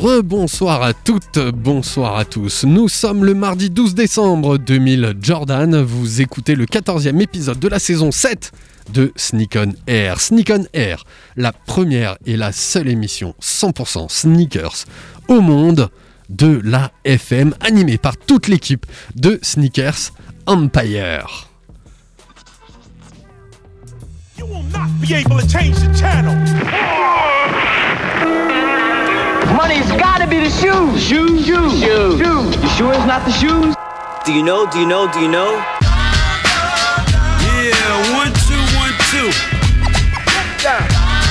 Rebonsoir à toutes, bonsoir à tous. Nous sommes le mardi 12 décembre 2000 Jordan. Vous écoutez le 14e épisode de la saison 7 de Sneak on Air. Sneak on Air, la première et la seule émission 100% sneakers au monde de la FM, animée par toute l'équipe de Sneakers Empire. You will not be able to change the channel. Money's gotta be the shoes. Shoes. You sure it's not the shoes? Do you know? Yeah, 1, 2, 1, 2. Yeah.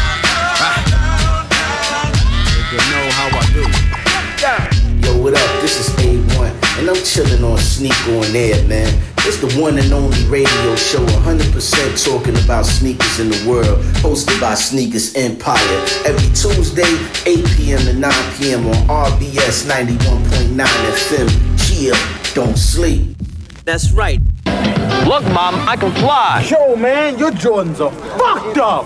You know how I do. Yo, what up? This is A1, and I'm chillin' on Sneak on Air, man. It's the one and only radio show 100% talking about sneakers in the world, hosted by Sneakers Empire. Every Tuesday, 8 p.m. to 9 p.m. on RBS 91.9 FM. Chill, don't sleep. That's right. Look, Mom, I can fly. Yo, man, your Jordans are fucked up.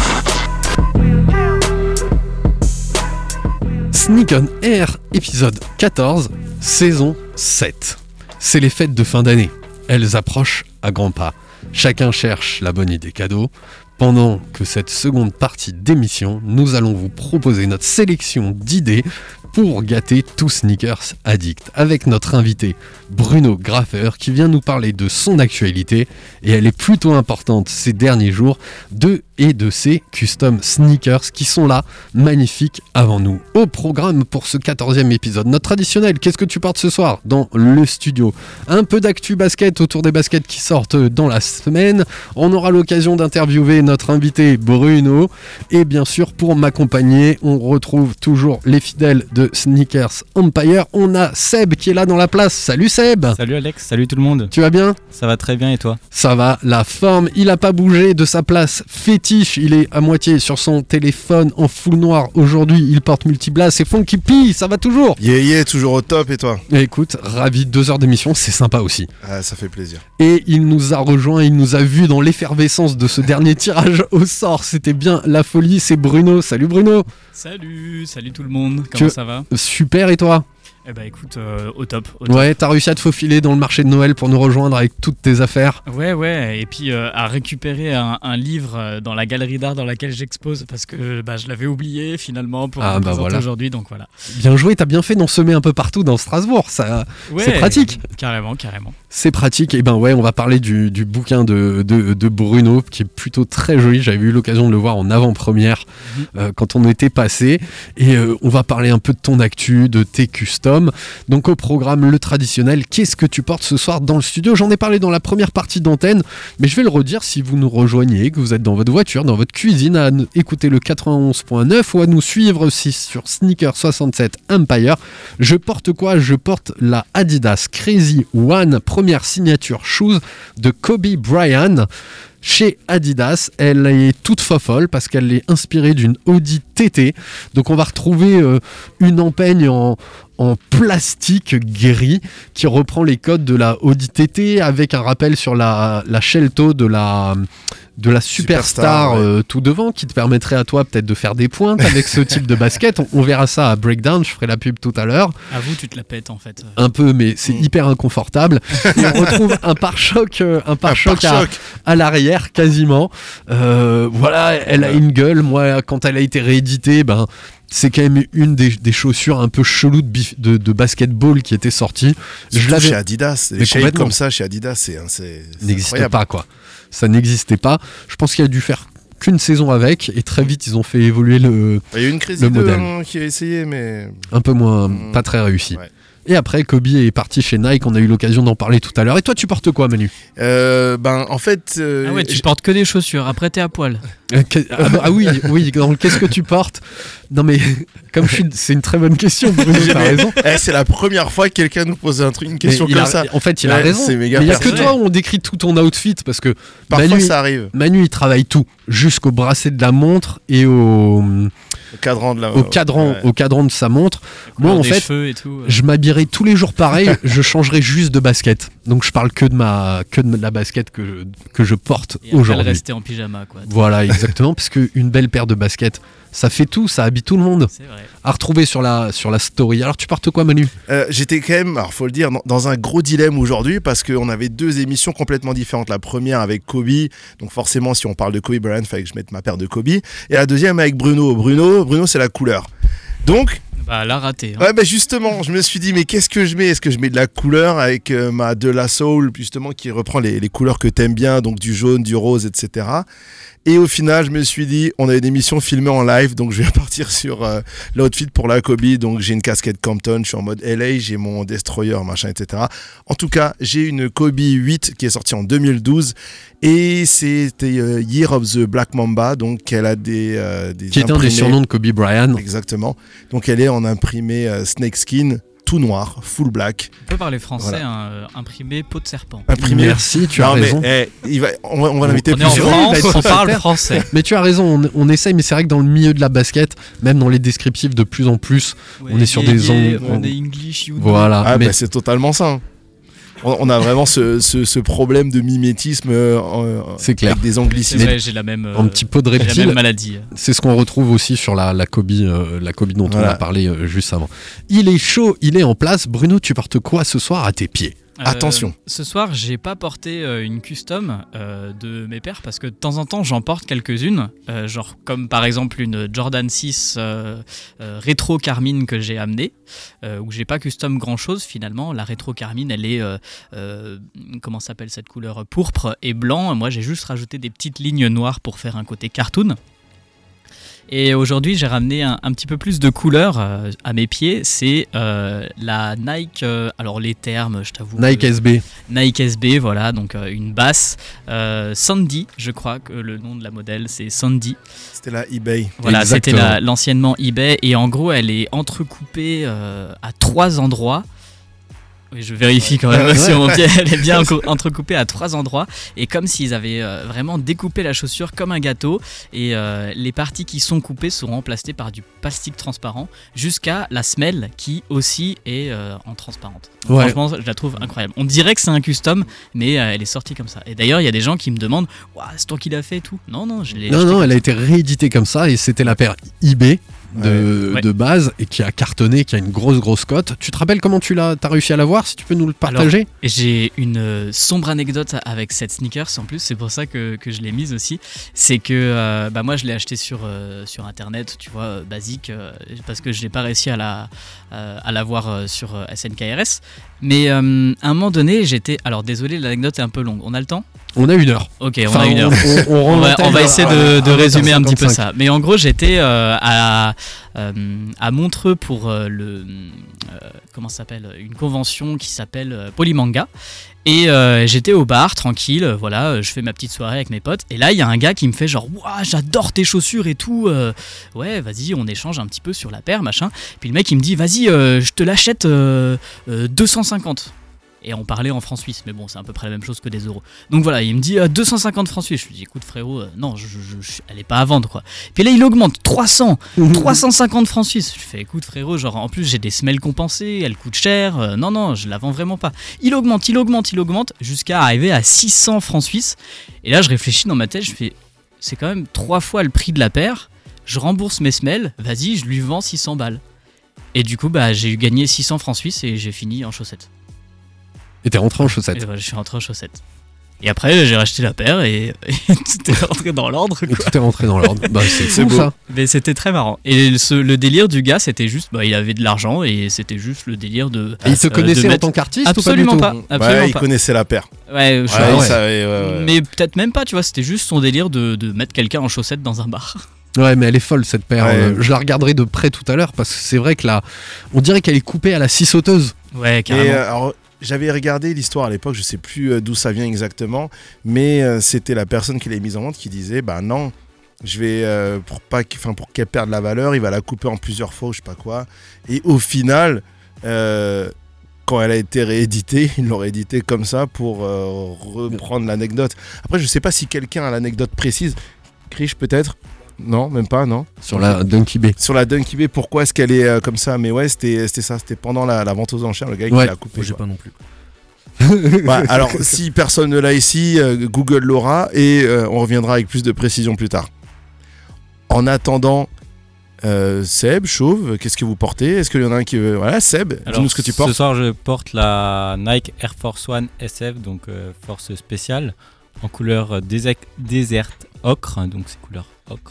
Sneak on Air, épisode 14, saison 7. C'est les fêtes de fin d'année. Elles approchent à grands pas. Chacun cherche la bonne idée cadeau. Pendant que cette seconde partie d'émission, nous allons vous proposer notre sélection d'idées pour gâter tous sneakers addicts. Avec notre invité Bruno Graffer qui vient nous parler de son actualité, et elle est plutôt importante ces derniers jours, de ses custom sneakers qui sont là, magnifiques avant nous. Au programme pour ce 14e épisode, notre traditionnel, qu'est-ce que tu portes ce soir dans le studio? Un peu d'actu basket autour des baskets qui sortent dans la semaine. On aura l'occasion d'interviewer notre invité Bruno, et bien sûr pour m'accompagner, on retrouve toujours les fidèles de Sneakers Empire. On a Seb qui est là dans la place. Salut Seb. Salut Alex, salut tout le monde. Tu vas bien? Ça va très bien et toi? Ça va, la forme, il a pas bougé de sa place fétiche, il est à moitié sur son téléphone en full noir aujourd'hui, il porte multiblas, c'est Funky P, ça va toujours? Yeah, toujours au top, et toi? Et écoute, ravi, 2 heures d'émission, c'est sympa aussi. Ah, ça fait plaisir. Et il nous a rejoint, il nous a vu dans l'effervescence de ce dernier tirage au sort, c'était bien la folie, c'est Bruno. Salut Bruno. Salut tout le monde, comment ça va? Super, et toi? Eh bah écoute, au top. Ouais, t'as réussi à te faufiler dans le marché de Noël pour nous rejoindre avec toutes tes affaires. Ouais, et puis à récupérer un livre dans la galerie d'art dans laquelle j'expose, parce que je l'avais oublié finalement pour vous présenter aujourd'hui, donc voilà. Bien joué, t'as bien fait d'en semer un peu partout dans Strasbourg, ça, ouais, c'est pratique. Carrément. C'est pratique, et ben ouais, on va parler du bouquin de Bruno, qui est plutôt très joli, j'avais eu l'occasion de le voir en avant-première quand on était passé, et on va parler un peu de ton actu, de tes customs. Donc au programme, le traditionnel, qu'est-ce que tu portes ce soir dans le studio? J'en ai parlé dans la première partie d'antenne, mais je vais le redire si vous nous rejoignez, que vous êtes dans votre voiture, dans votre cuisine, à écouter le 91.9 ou à nous suivre aussi sur Sneaker 67 Empire. Je porte quoi? Je porte la Adidas Crazy One, première signature shoes de Kobe Bryant. Chez Adidas, elle est toute fofolle parce qu'elle est inspirée d'une Audi TT. Donc on va retrouver une empeigne en plastique gris qui reprend les codes de la Audi TT avec un rappel sur la shell toe de la Superstar ouais. Tout devant, qui te permettrait à toi peut-être de faire des pointes avec ce type de basket. On verra ça à Breakdown, je ferai la pub tout à l'heure. À vous, tu te la pètes en fait. Un peu, mais c'est hyper inconfortable. Et on retrouve un pare-choc à l'arrière quasiment. Voilà, elle a une gueule. Moi, quand elle a été rééditée, c'est quand même une des chaussures un peu cheloues de basketball qui était sortie. Je l'avais chez Adidas. Les shades comme ça chez Adidas, c'est n'existe incroyable. Pas quoi. Ça n'existait pas. Je pense qu'il a dû faire qu'une saison avec, et très vite ils ont fait évoluer le Il y a eu une crise qui a essayé, mais un peu moins, pas très réussi. Ouais. Et après, Kobe est parti chez Nike, on a eu l'occasion d'en parler tout à l'heure. Et toi, tu portes quoi, Manu? En fait... Ah ouais, tu portes que des chaussures, après t'es à poil. Oui, qu'est-ce que tu portes? Non mais, c'est une très bonne question, Bruno, t'as raison. C'est la première fois que quelqu'un nous pose une question comme ça. En fait, il a raison. C'est méga mais il n'y a que toi où on décrit tout ton outfit, parce que parfois ça arrive. Manu, il travaille tout, jusqu'au bracelet de la montre et au cadran de au cadran de sa montre. Moi, en fait, je m'habillerai tous les jours pareil, je changerai juste de basket. Donc je parle que de la basket que je porte aujourd'hui. Et rester en pyjama, quoi. Voilà, exactement, parce qu'une belle paire de baskets, ça fait tout, ça habille tout le monde. C'est vrai. à retrouver sur la story. Alors tu portes quoi, Manu ? J'étais quand même, alors faut le dire, dans un gros dilemme aujourd'hui parce qu'on avait 2 émissions complètement différentes. La première avec Kobe, donc forcément si on parle de Kobe Bryant, il fallait que je mette ma paire de Kobe. Et la deuxième avec Bruno. Bruno c'est la couleur. Donc... Bah là raté. Hein. Ouais bah justement, je me suis dit mais qu'est-ce que je mets ? Est-ce que je mets de la couleur avec ma De La Soul justement qui reprend les couleurs que t'aimes bien, donc du jaune, du rose, etc. Et au final, je me suis dit, on a une émission filmée en live, donc je vais partir sur l'outfit pour la Kobe. Donc j'ai une casquette Compton, je suis en mode LA, j'ai mon Destroyer, machin, etc. En tout cas, j'ai une Kobe 8 qui est sortie en 2012 et c'était Year of the Black Mamba, donc elle a des qui est un des surnoms de Kobe Bryant. Exactement. Donc elle est en imprimé snakeskin. Tout noir, full black. On peut parler français, voilà. Imprimé peau de serpent. Merci, tu as raison. Mais, on va l'inviter plus souvent. On parle français. Mais tu as raison, on essaye, mais c'est vrai que dans le milieu de la basket, même dans les descriptifs, de plus en plus, on est sur des ongles. On est English, you voilà. Ah, mais c'est totalement ça. Hein. On a vraiment ce problème de mimétisme c'est clair. Avec des anglicismes. C'est vrai, j'ai la même, un petit peu de reptile. J'ai la même maladie. C'est ce qu'on retrouve aussi sur la Kobe dont on a parlé juste avant. Il est chaud, il est en place. Bruno, tu portes quoi ce soir à tes pieds ? Attention. Ce soir, j'ai pas porté une custom de mes paires parce que de temps en temps, j'en porte quelques-unes, genre comme par exemple une Jordan 6 rétro carmine que j'ai amenée, où j'ai pas custom grand-chose finalement. La rétro carmine, elle est comment s'appelle cette couleur, pourpre et blanc. Moi, j'ai juste rajouté des petites lignes noires pour faire un côté cartoon. Et aujourd'hui, j'ai ramené un petit peu plus de couleurs à mes pieds. C'est la Nike, alors les termes, je t'avoue. Nike SB. Nike SB, voilà, donc une basse. Sandy, je crois que le nom de la modèle, c'est Sandy. C'était la eBay. Voilà, exactement. C'était l'anciennement eBay. Et en gros, elle est entrecoupée à 3 endroits. Oui, je vérifie quand même sur mon pied, elle est bien entrecoupée à 3 endroits et comme s'ils avaient vraiment découpé la chaussure comme un gâteau et les parties qui sont coupées seront remplacées par du plastique transparent jusqu'à la semelle qui aussi est en transparente. Ouais. Franchement, je la trouve incroyable. On dirait que c'est un custom, mais elle est sortie comme ça. Et d'ailleurs, il y a des gens qui me demandent c'est toi qui l'as fait et tout. Non, je l'ai. Non, elle a été rééditée comme ça et c'était la paire eBay. De base et qui a cartonné, qui a une grosse cote. Tu te rappelles comment t'as réussi à l'avoir, si tu peux nous le partager? Alors, j'ai une sombre anecdote avec cette sneakers en plus, c'est pour ça que je l'ai mise aussi. C'est que moi je l'ai acheté sur internet, tu vois, basique, parce que je n'ai pas réussi à l'avoir sur SNKRS. Mais à un moment donné, alors désolé, l'anecdote est un peu longue. On a le temps? On a 1 heure. Ok, on a 1 heure. On va essayer de résumer un petit peu ça. Mais en gros, j'étais à Montreux pour comment ça s'appelle, une convention qui s'appelle Polymanga. Et j'étais au bar, tranquille, voilà, je fais ma petite soirée avec mes potes. Et là, il y a un gars qui me fait genre, waouh, j'adore tes chaussures et tout. Ouais, vas-y, on échange un petit peu sur la paire, machin. Puis le mec, il me dit, vas-y, je te l'achète 250. Et on parlait en francs suisses, mais bon, c'est à peu près la même chose que des euros. Donc voilà, il me dit 250 francs suisses. Je lui dis, écoute frérot, non, elle est pas à vendre quoi. Puis là, il augmente 350 francs suisses. Je fais, écoute frérot, genre en plus j'ai des semelles compensées, elles coûtent cher. Non, je la vends vraiment pas. Il augmente jusqu'à arriver à 600 francs suisses. Et là, je réfléchis dans ma tête, je fais, c'est quand même 3 fois le prix de la paire. Je rembourse mes semelles, vas-y, je lui vends 600 balles. Et du coup, j'ai gagné 600 francs suisses et j'ai fini en chaussettes. Et t'es rentré en chaussettes. Et voilà, je suis rentré en chaussettes. Et après, j'ai racheté la paire et tout est rentré dans l'ordre. Et tout est rentré dans l'ordre. C'est beau ça. Mais c'était très marrant. Et le délire du gars, c'était juste, il avait de l'argent et c'était juste le délire de. Et il te connaissait en tant qu'artiste? Absolument pas. Il connaissait la paire. Ouais. Mais peut-être même pas, tu vois. C'était juste son délire de mettre quelqu'un en chaussettes dans un bar. Ouais, mais elle est folle cette paire. Ouais. Je la regarderai de près tout à l'heure parce que c'est vrai que on dirait qu'elle est coupée à la scie sauteuse. Ouais, carrément. Et alors, j'avais regardé l'histoire à l'époque, je sais plus d'où ça vient exactement, mais c'était la personne qui l'avait mise en vente qui disait non, je vais pour qu'elle perde la valeur, il va la couper en plusieurs fois ou je sais pas quoi. Et au final, quand elle a été rééditée, ils l'ont rééditée comme ça pour reprendre l'anecdote. Après, je sais pas si quelqu'un a l'anecdote précise. Krish peut-être? Non, même pas, non. Sur la Dunk eBay. Sur la Dunk eBay, pourquoi est-ce qu'elle est comme ça? Mais ouais, c'était ça, c'était pendant la vente aux enchères, le gars qui l'a coupé. J'ai pas non plus. Alors, si personne ne l'a ici, Google l'aura et on reviendra avec plus de précision plus tard. En attendant, Seb, Chauve, qu'est-ce que vous portez? Est-ce qu'il y en a un qui veut... Voilà, Seb, dis-nous ce que tu portes. Ce soir, je porte la Nike Air Force One SF, donc force spéciale, en couleur Desert Ocre, donc c'est couleur ocre.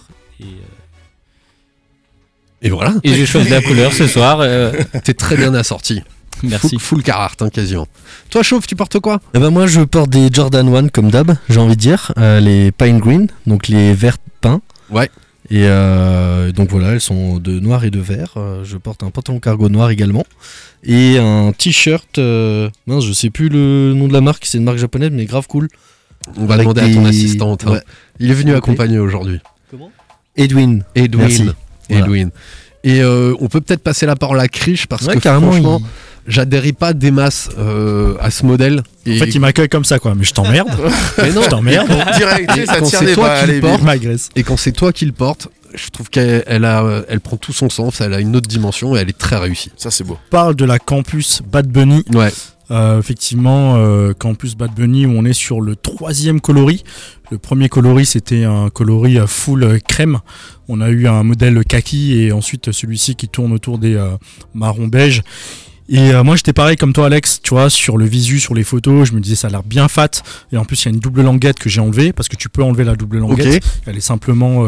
Et voilà. Et j'ai choisi la couleur ce soir. T'es très bien assorti. Merci. Full Carhartt, quasiment. Toi, Chauve, tu portes quoi? Moi, je porte des Jordan 1 comme d'hab, j'ai envie de dire. Les Pine Green, donc les verts peints. Ouais. Et donc voilà, elles sont de noir et de vert. Je porte un pantalon cargo noir également. Et un t-shirt, je sais plus le nom de la marque, c'est une marque japonaise, mais grave cool. On va demander à ton assistante. Ouais. Il est venu accompagner aujourd'hui. Comment? Edwin. Merci. Voilà. Edwin. Et on peut peut-être passer la parole à Krish parce que carrément, franchement, j'adhérais pas des masses à ce modèle. En fait, il m'accueille comme ça, quoi. Mais je t'emmerde. Mais non, je t'emmerde. Direct, ça quand tire c'est des toi balles, qui le allez, portes, m'agresse. et quand c'est toi qui le portes, je trouve elle prend tout son sens, elle a une autre dimension et elle est très réussie. Ça, c'est beau. On parle de la Campus Bad Bunny. Ouais. Effectivement, Campus Bad Bunny, où on est sur le 3e coloris. Le premier coloris, c'était un coloris full crème. On a eu un modèle kaki et ensuite celui-ci qui tourne autour des marron beige. Et moi j'étais pareil comme toi, Alex, tu vois, sur le visu, sur les photos, je me disais ça a l'air bien fat. Et en plus il y a une double languette que j'ai enlevée, parce que tu peux enlever la double languette. Okay. Elle est simplement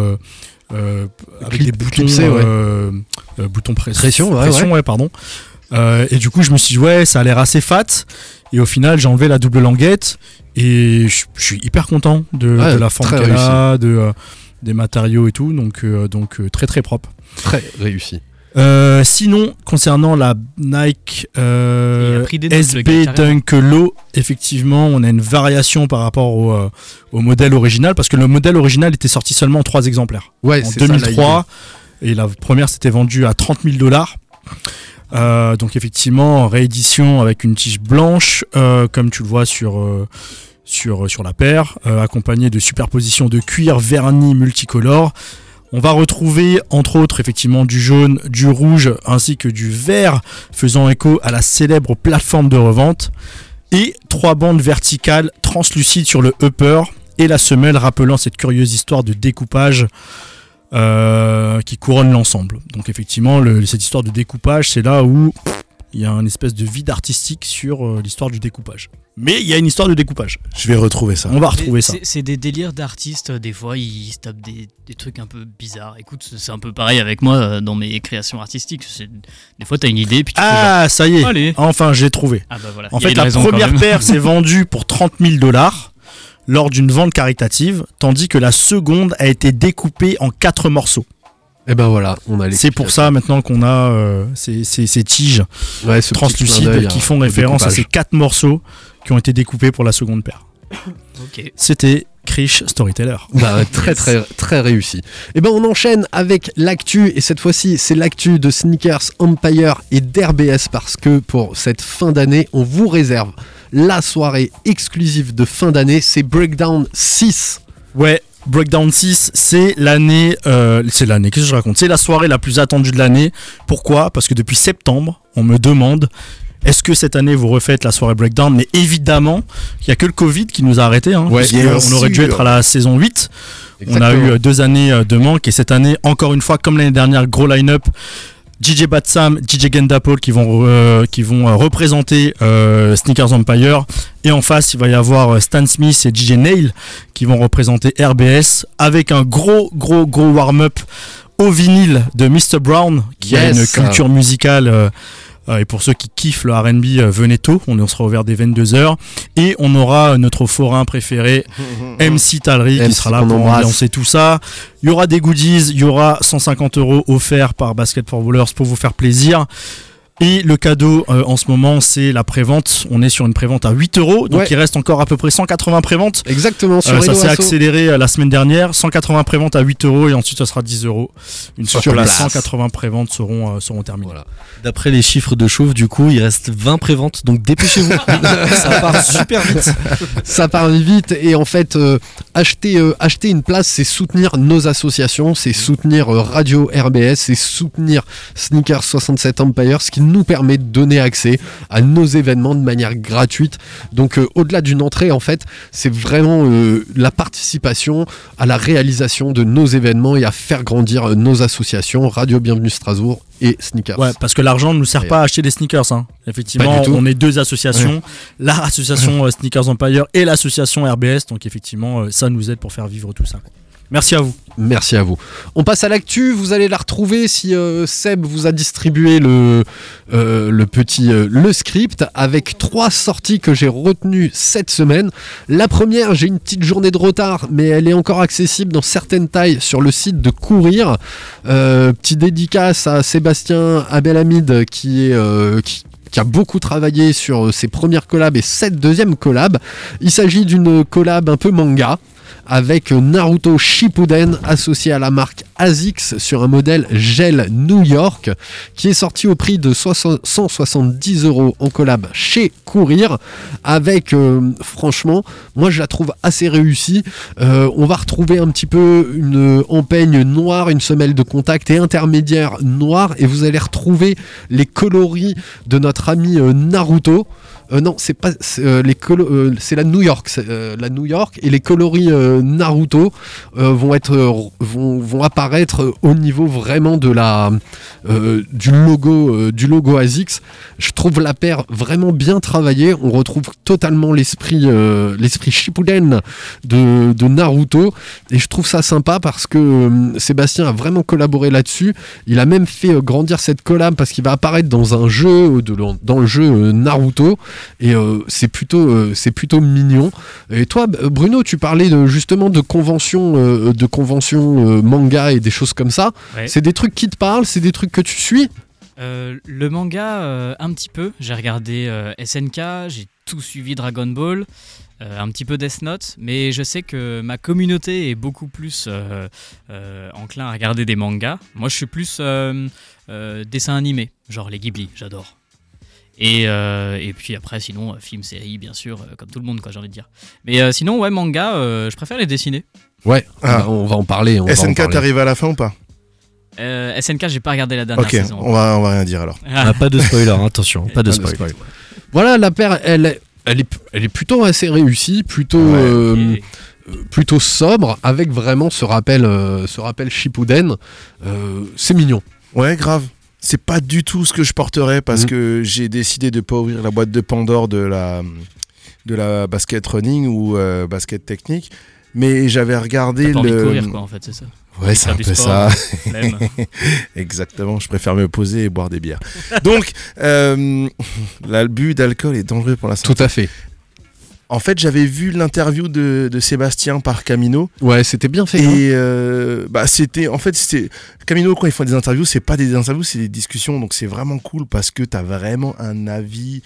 avec des boutons, boutons pression, ouais, pardon. Et du coup je me suis dit ouais, ça a l'air assez fat. Et au final j'ai enlevé la double languette et je suis hyper content de la forme qu'elle a, des matériaux et tout, donc très très propre. Très réussi. Sinon, concernant la Nike SB Dunk Low, effectivement, on a une variation par rapport au modèle original, parce que le modèle original était sorti seulement en 3 exemplaires. Ouais, en c'est 2003, et la première s'était vendue à $30 000. Donc effectivement, réédition avec une tige blanche, comme tu le vois sur la paire, accompagnée de superpositions de cuir verni multicolore. On va retrouver entre autres effectivement du jaune, du rouge ainsi que du vert, faisant écho à la célèbre plateforme de revente, et 3 bandes verticales translucides sur le upper et la semelle, rappelant cette curieuse histoire de découpage qui couronne l'ensemble. Donc effectivement cette histoire de découpage, c'est là où il y a une espèce de vide artistique sur l'histoire du découpage. Mais il y a une histoire de découpage. Je vais retrouver ça. On va retrouver ça. C'est des délires d'artistes, des fois ils se tapent des trucs un peu bizarres. Écoute, c'est un peu pareil avec moi dans mes créations artistiques. Des fois t'as une idée puis tu fais ça y est, allez. Enfin j'ai trouvé. Ah bah voilà. En fait la première paire s'est vendue pour $30 000 lors d'une vente caritative, tandis que la seconde a été découpée en 4 morceaux. Et ben voilà, on a. C'est pour ça maintenant qu'on a ces tiges translucides qui font référence à ces 4 morceaux qui ont été découpés pour la seconde paire. Okay. C'était Krish Storyteller. Très très très réussi. Et ben on enchaîne avec l'actu, et cette fois-ci c'est l'actu de Sneakers Empire et d'RBS, parce que pour cette fin d'année on vous réserve la soirée exclusive de fin d'année, c'est Breakdown 6. Ouais, Breakdown 6, c'est l'année, qu'est-ce que je raconte ? C'est la soirée la plus attendue de l'année. Pourquoi ? Parce que depuis septembre, on me demande, est-ce que cette année vous refaites la soirée Breakdown ? Mais évidemment, il n'y a que le Covid qui nous a arrêtés. On aurait dû être à la saison 8. Exactement. On a eu 2 années de manque, et cette année, encore une fois, comme l'année dernière, gros line-up. DJ Batsam, DJ Gendapol qui vont représenter Sneakers Empire, et en face il va y avoir Stan Smith et DJ Nail qui vont représenter RBS, avec un gros warm-up au vinyle de Mr. Brown qui a une culture musicale. Et pour ceux qui kiffent le R&B, venez tôt, on sera ouvert dès 22h. Et on aura notre forain préféré, MC Talry, qui sera là pour ambiancer tout ça. Il y aura des goodies, il y aura 150 € offerts par Basket for Ballers pour vous faire plaisir. Et le cadeau en ce moment, c'est la prévente. On est sur une prévente à 8 €, donc il reste encore à peu près 180 préventes. Exactement, sur ça s'est accéléré la semaine dernière. 180 préventes à 8 € et ensuite ça sera 10 €. Une fois que les 180 préventes seront terminées. Voilà. D'après les chiffres de Chauve, du coup, il reste 20 préventes, donc dépêchez-vous. Ça part super vite. Ça part vite, et en fait, acheter une place, c'est soutenir nos associations, c'est soutenir Radio RBS, c'est soutenir Sneakers 67 Empire, ce qui nous permet de donner accès à nos événements de manière gratuite. Donc au-delà d'une entrée, en fait, c'est vraiment la participation à la réalisation de nos événements et à faire grandir nos associations, Radio Bienvenue Strasbourg et Sneakers. Ouais, parce que l'argent ne nous sert pas à acheter des sneakers. Hein. Effectivement, on est deux associations, l'association Sneakers Empire et l'association RBS. Donc effectivement, ça nous aide pour faire vivre tout ça. Merci à vous. Merci à vous. On passe à l'actu. Vous allez la retrouver si Seb vous a distribué le script avec 3 sorties que j'ai retenues cette semaine. La première, j'ai une petite journée de retard, mais elle est encore accessible dans certaines tailles sur le site de Courir. Petit dédicace à Sébastien Abelhamid qui a beaucoup travaillé sur ses premières collabs et cette deuxième collab. Il s'agit d'une collab un peu manga avec Naruto Shippuden associé à la marque ASICS sur un modèle gel New York qui est sorti au prix de 170 € en collab chez Courir avec franchement moi je la trouve assez réussie. On va retrouver un petit peu une empeigne noire, une semelle de contact et intermédiaire noire et vous allez retrouver les coloris de notre ami Naruto. Non, c'est pas c'est la New York, la New York et les coloris Naruto vont apparaître au niveau vraiment de du logo ASICS. Je trouve la paire vraiment bien travaillée. On retrouve totalement l'esprit Shippuden de Naruto et je trouve ça sympa parce que Sébastien a vraiment collaboré là-dessus. Il a même fait grandir cette collab parce qu'il va apparaître dans un jeu dans le jeu Naruto. Et c'est plutôt mignon. Et toi, Bruno, tu parlais justement de conventions manga et des choses comme ça. Ouais. C'est des trucs qui te parlent, c'est des trucs que tu suis. Le manga, un petit peu. J'ai regardé SNK, j'ai tout suivi Dragon Ball, un petit peu Death Note, mais je sais que ma communauté est beaucoup plus enclin à regarder des mangas. Moi, je suis plus dessin animé, genre les Ghibli, j'adore. Et puis après, sinon, film, série, bien sûr, comme tout le monde, quoi, j'ai envie de dire. Mais sinon, ouais, manga, je préfère les dessiner. Ouais, on va en parler. SNK, t'arrives à la fin ou pas? SNK, j'ai pas regardé la dernière saison. On va rien dire alors. Pas de spoiler, attention, pas de spoiler. Voilà, la paire, elle est plutôt assez réussie, plutôt sobre, avec vraiment ce rappel Shippuden. C'est mignon. Ouais, grave. C'est pas du tout ce que je porterais parce que j'ai décidé de pas ouvrir la boîte de Pandore de la basket running ou basket technique, mais j'avais regardé envie de courir, quoi, en fait, c'est ça. Ouais, c'est un peu ça. Exactement, je préfère me poser et boire des bières. Donc, l'abus d'alcool est dangereux pour la santé. Tout à fait. En fait, j'avais vu l'interview de Sébastien par Camino. Ouais, c'était bien fait. Et c'était Camino, quand ils font des interviews, c'est pas des interviews, c'est des discussions. Donc c'est vraiment cool parce que t'as vraiment un avis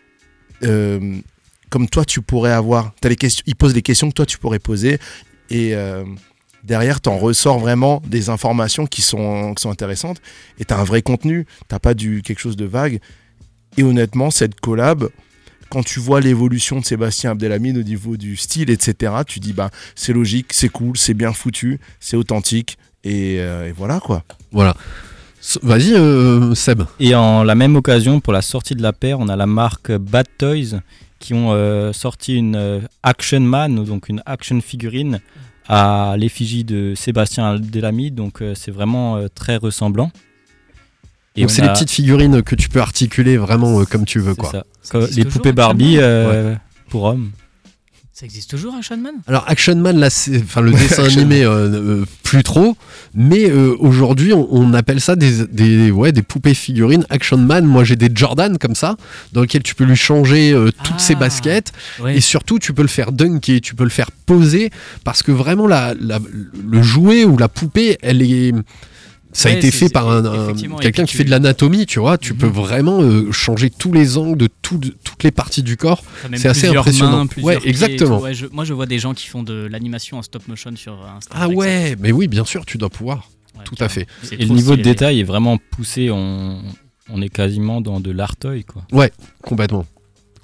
comme toi tu pourrais avoir. Ils posent des questions que toi tu pourrais poser et derrière t'en ressors vraiment des informations qui sont intéressantes et t'as un vrai contenu. T'as pas quelque chose de vague. Et honnêtement, cette collab, quand tu vois l'évolution de Sébastien Abdelhamid au niveau du style, etc., tu dis c'est logique, c'est cool, c'est bien foutu, c'est authentique, et voilà quoi. Voilà. Vas-y, Seb. Et en la même occasion, pour la sortie de la paire, on a la marque Bad Toys qui ont sorti une Action Man, donc une action figurine à l'effigie de Sébastien Abdelhamid, donc c'est vraiment très ressemblant. Et donc c'est les petites figurines que tu peux articuler vraiment comme tu veux, quoi. Ça. Les poupées Barbie pour hommes. Ça existe toujours, Action Man ? Alors Action Man, là, le dessin animé, plus trop, mais aujourd'hui on appelle ça des poupées figurines Action Man. Moi j'ai des Jordan comme ça, dans lesquels tu peux lui changer toutes ses baskets, et surtout tu peux le faire dunker, tu peux le faire poser, parce que vraiment le jouet ou la poupée, elle est... Ça a été fait par quelqu'un qui fait de l'anatomie, tu vois. Tu peux vraiment changer tous les angles de toutes les parties du corps. C'est assez impressionnant. Ouais, exactement. Ouais, moi, je vois des gens qui font de l'animation en stop motion sur Instagram. Ah ouais, mais oui, bien sûr, tu dois pouvoir. Tout à fait. Et le niveau de détail est vraiment poussé. On est quasiment dans de l'art toy, quoi. Ouais, complètement.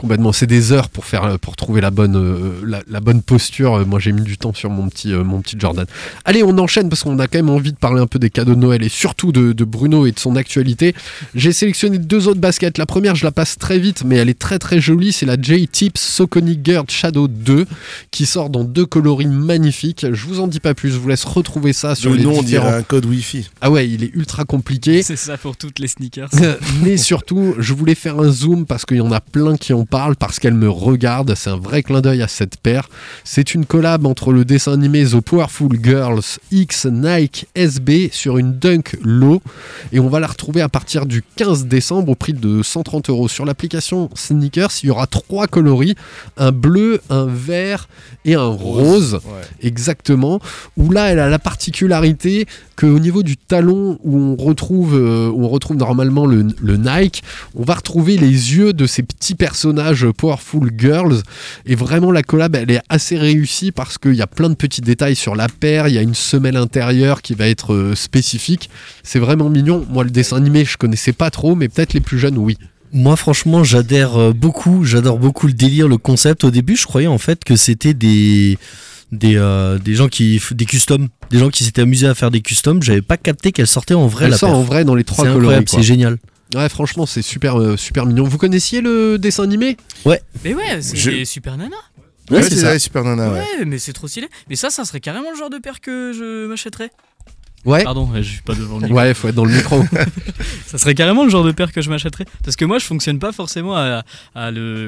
Complètement, c'est des heures pour trouver la bonne posture. Moi, j'ai mis du temps sur mon petit Jordan. Allez, on enchaîne parce qu'on a quand même envie de parler un peu des cadeaux de Noël et surtout de Bruno et de son actualité. J'ai sélectionné 2 autres baskets. La première, je la passe très vite, mais elle est très très jolie. C'est la J-Tips Saucony Girl Shadow 2 qui sort dans 2 coloris magnifiques. Je vous en dis pas plus, je vous laisse retrouver ça sur les différents... on dirait un code Wi-Fi. Ah ouais, il est ultra compliqué. C'est ça pour toutes les sneakers. Mais surtout, je voulais faire un zoom parce qu'il y en a plein qui en parlent, parce qu'elle me regarde. C'est un vrai clin d'œil à cette paire. C'est une collab entre le dessin animé The Powerful Girls X Nike SB sur une Dunk Low. Et on va la retrouver à partir du 15 décembre au prix de 130€. Sur l'application Sneakers, il y aura 3 coloris, un bleu, un vert et un rose. Ouais. Exactement. Où là, elle a la particularité qu'au niveau du talon où on retrouve normalement le Nike, on va retrouver les yeux de ces petits personnages Powerful Girls. Et vraiment, la collab, elle est assez réussie parce qu'il y a plein de petits détails sur la paire. Il y a une semelle intérieure qui va être spécifique. C'est vraiment mignon. Moi, le dessin animé, je connaissais pas trop, mais peut-être les plus jeunes, oui. Moi, franchement, j'adore beaucoup le délire, le concept. Au début, je croyais en fait que c'était des gens des customs, des gens qui s'étaient amusés à faire des customs. J'avais pas capté qu'elle sortait en vrai. Elle sort en vrai dans les 3 coloris. C'est génial. Ouais, franchement, c'est super mignon. Vous connaissiez le dessin animé ? Ouais. Mais ouais, c'est Super Nana. Ouais, c'est ça, Super Nana. Ouais, mais c'est trop stylé. Mais ça serait carrément le genre de paire que je m'achèterais. Ouais. Pardon, je suis pas devant le micro. Ouais, faut être dans le micro. Ça serait carrément le genre de paire que je m'achèterais. Parce que moi, je fonctionne pas forcément à le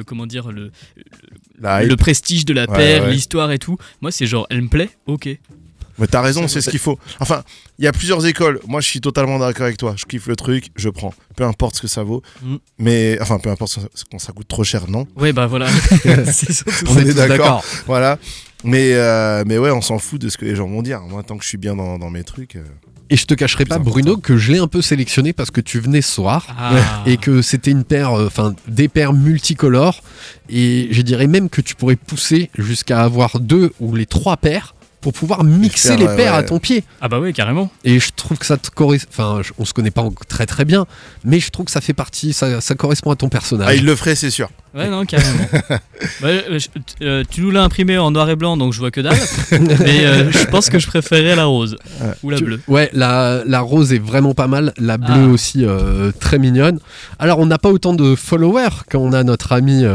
prestige de la paire, l'histoire et tout. Moi, c'est genre, elle me plaît, ok. Mais t'as raison, c'est ce qu'il faut. Enfin, il y a plusieurs écoles. Moi, je suis totalement d'accord avec toi. Je kiffe le truc, je prends. Peu importe ce que ça vaut. Mais, enfin, peu importe quand ça coûte trop cher, non ? Ouais, bah voilà. On est d'accord. Voilà. Mais ouais, on s'en fout de ce que les gens vont dire. Moi, tant que je suis bien dans mes trucs. Et je te cacherai pas, Bruno, que je l'ai un peu sélectionné parce que tu venais ce soir et que c'était une paire, des paires multicolores. Et je dirais même que tu pourrais pousser jusqu'à avoir 2 ou les 3 paires pour pouvoir mixer les paires à ton pied. Ah bah oui, carrément. Et je trouve que ça te correspond. Enfin, on se connaît pas très très bien, mais je trouve que ça fait partie, ça correspond à ton personnage. Ah, il le ferait, c'est sûr. Ouais, non, carrément. Tu nous l'as imprimé en noir et blanc, donc je vois que dalle. Mais je pense que je préférais la rose ou la bleue. Ouais, la rose est vraiment pas mal. La bleue aussi, très mignonne. Alors, on n'a pas autant de followers quand on a notre ami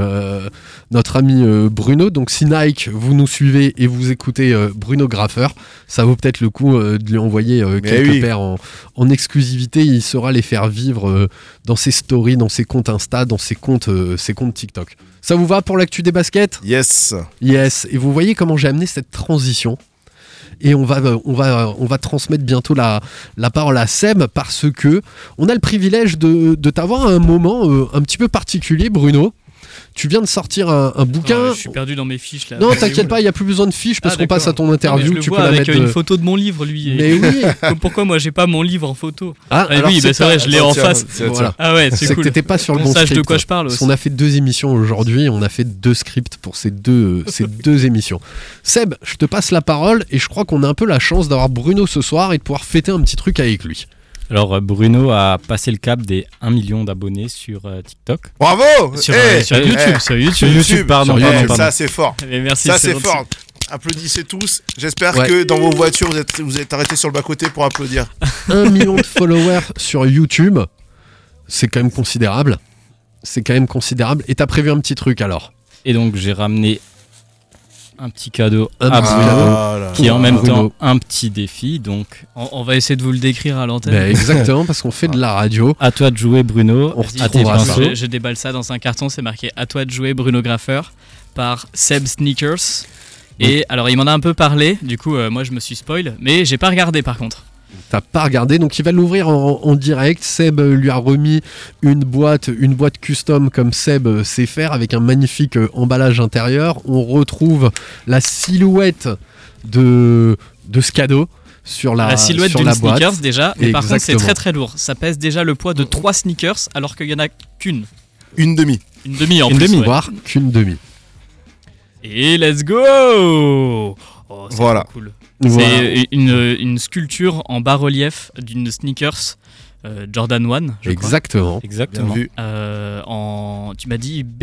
Bruno. Donc, si Nike, vous nous suivez et vous écoutez Bruno Graffeur, ça vaut peut-être le coup de lui envoyer quelques paires en exclusivité. Il saura les faire vivre dans ses stories, dans ses comptes Insta, dans ses comptes TikTok. Ça vous va pour l'actu des baskets ? Yes. Et vous voyez comment j'ai amené cette transition. Et on va transmettre bientôt la parole à Seb parce que on a le privilège de t'avoir à un moment un petit peu particulier, Bruno. Tu viens de sortir un bouquin. Je suis perdu dans mes fiches là. Non, t'inquiète pas, il n'y a plus besoin de fiches parce qu'on passe à ton interview. Tu peux avec une photo de mon livre, lui. Mais oui. Pourquoi moi j'ai pas mon livre en photo ? Oui, c'est vrai, je l'ai en face. Voilà. Ah ouais, c'est cool. Que t'étais pas sur le bon script. Sache de quoi je parle aussi. On a fait 2 émissions aujourd'hui, on a fait 2 scripts pour ces deux émissions. Seb, je te passe la parole et je crois qu'on a un peu la chance d'avoir Bruno ce soir et de pouvoir fêter un petit truc avec lui. Alors Bruno a passé le cap des 1 million d'abonnés sur TikTok. Bravo. Sur YouTube. Sur YouTube, pardon. Ça c'est fort. Merci. Ça c'est fort. Applaudissez tous. J'espère que dans vos voitures vous êtes arrêtés sur le bas-côté pour applaudir. 1 million de followers sur YouTube, c'est quand même considérable. Et t'as prévu un petit truc alors ? Et donc j'ai ramené un petit cadeau à Bruno qui est en même temps un petit défi. Donc on va essayer de vous le décrire à l'antenne. Exactement, parce qu'on fait de la radio. À toi de jouer, Bruno. Je déballe ça dans un carton, c'est marqué à toi de jouer, Bruno Graffeur par Seb Sneakers. Et alors il m'en a un peu parlé, du coup moi je me suis spoil, mais j'ai pas regardé par contre. T'as pas regardé, donc il va l'ouvrir en direct. Seb lui a remis une boîte custom comme Seb sait faire avec un magnifique emballage intérieur. On retrouve la silhouette de ce cadeau sur la silhouette sur d'une la boîte. sneakers déjà, mais par contre c'est Exactement. très très lourd. Ça pèse déjà le poids de 3 sneakers alors qu'il y en a qu'une. Une demi en plus. Voire qu'une demi. Et let's go. C'est voilà. Cool. C'est une sculpture en bas-relief d'une sneakers Jordan 1. Exactement. Exactement. Tu m'as dit béton ?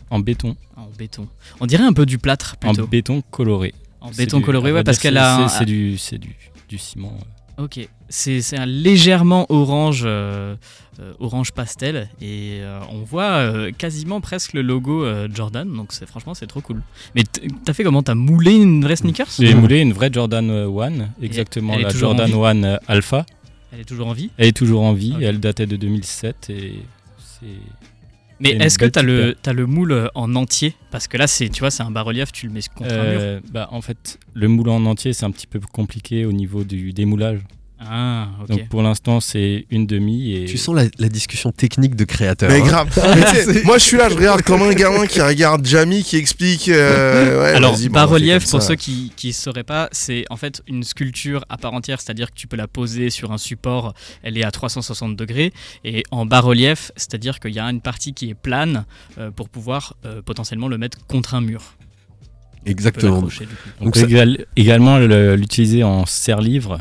En béton. En béton. On dirait un peu du plâtre plutôt. En béton coloré. En béton coloré, ouais, parce qu'elle a. C'est du ciment. Ok, c'est un légèrement orange, orange pastel, et on voit quasiment presque le logo Jordan, donc franchement c'est trop cool. Mais t'as fait comment? T'as moulé une vraie sneakers? J'ai moulé une vraie Jordan 1, exactement, la Jordan 1 Alpha. Elle est toujours en vie? Elle est toujours en vie, Okay. Elle datait de 2007 et c'est... Mais est-ce que t'as le moule en entier? Parce que là, tu vois, c'est un bas-relief, tu le mets contre un mur. En fait, le moule en entier, c'est un petit peu compliqué au niveau du démoulage. Ah, ok. Donc pour l'instant, c'est une demi. Et... Tu sens la discussion technique de créateur. Mais grave. Mais moi, je suis là, je regarde comme un gamin qui regarde Jamie qui explique. Alors, bas-relief, pour ceux qui ne sauraient pas, c'est en fait une sculpture à part entière, c'est-à-dire que tu peux la poser sur un support, elle est à 360 degrés. Et en bas-relief, c'est-à-dire qu'il y a une partie qui est plane pour pouvoir potentiellement le mettre contre un mur. Exactement. Donc également l'utiliser en serre-livre.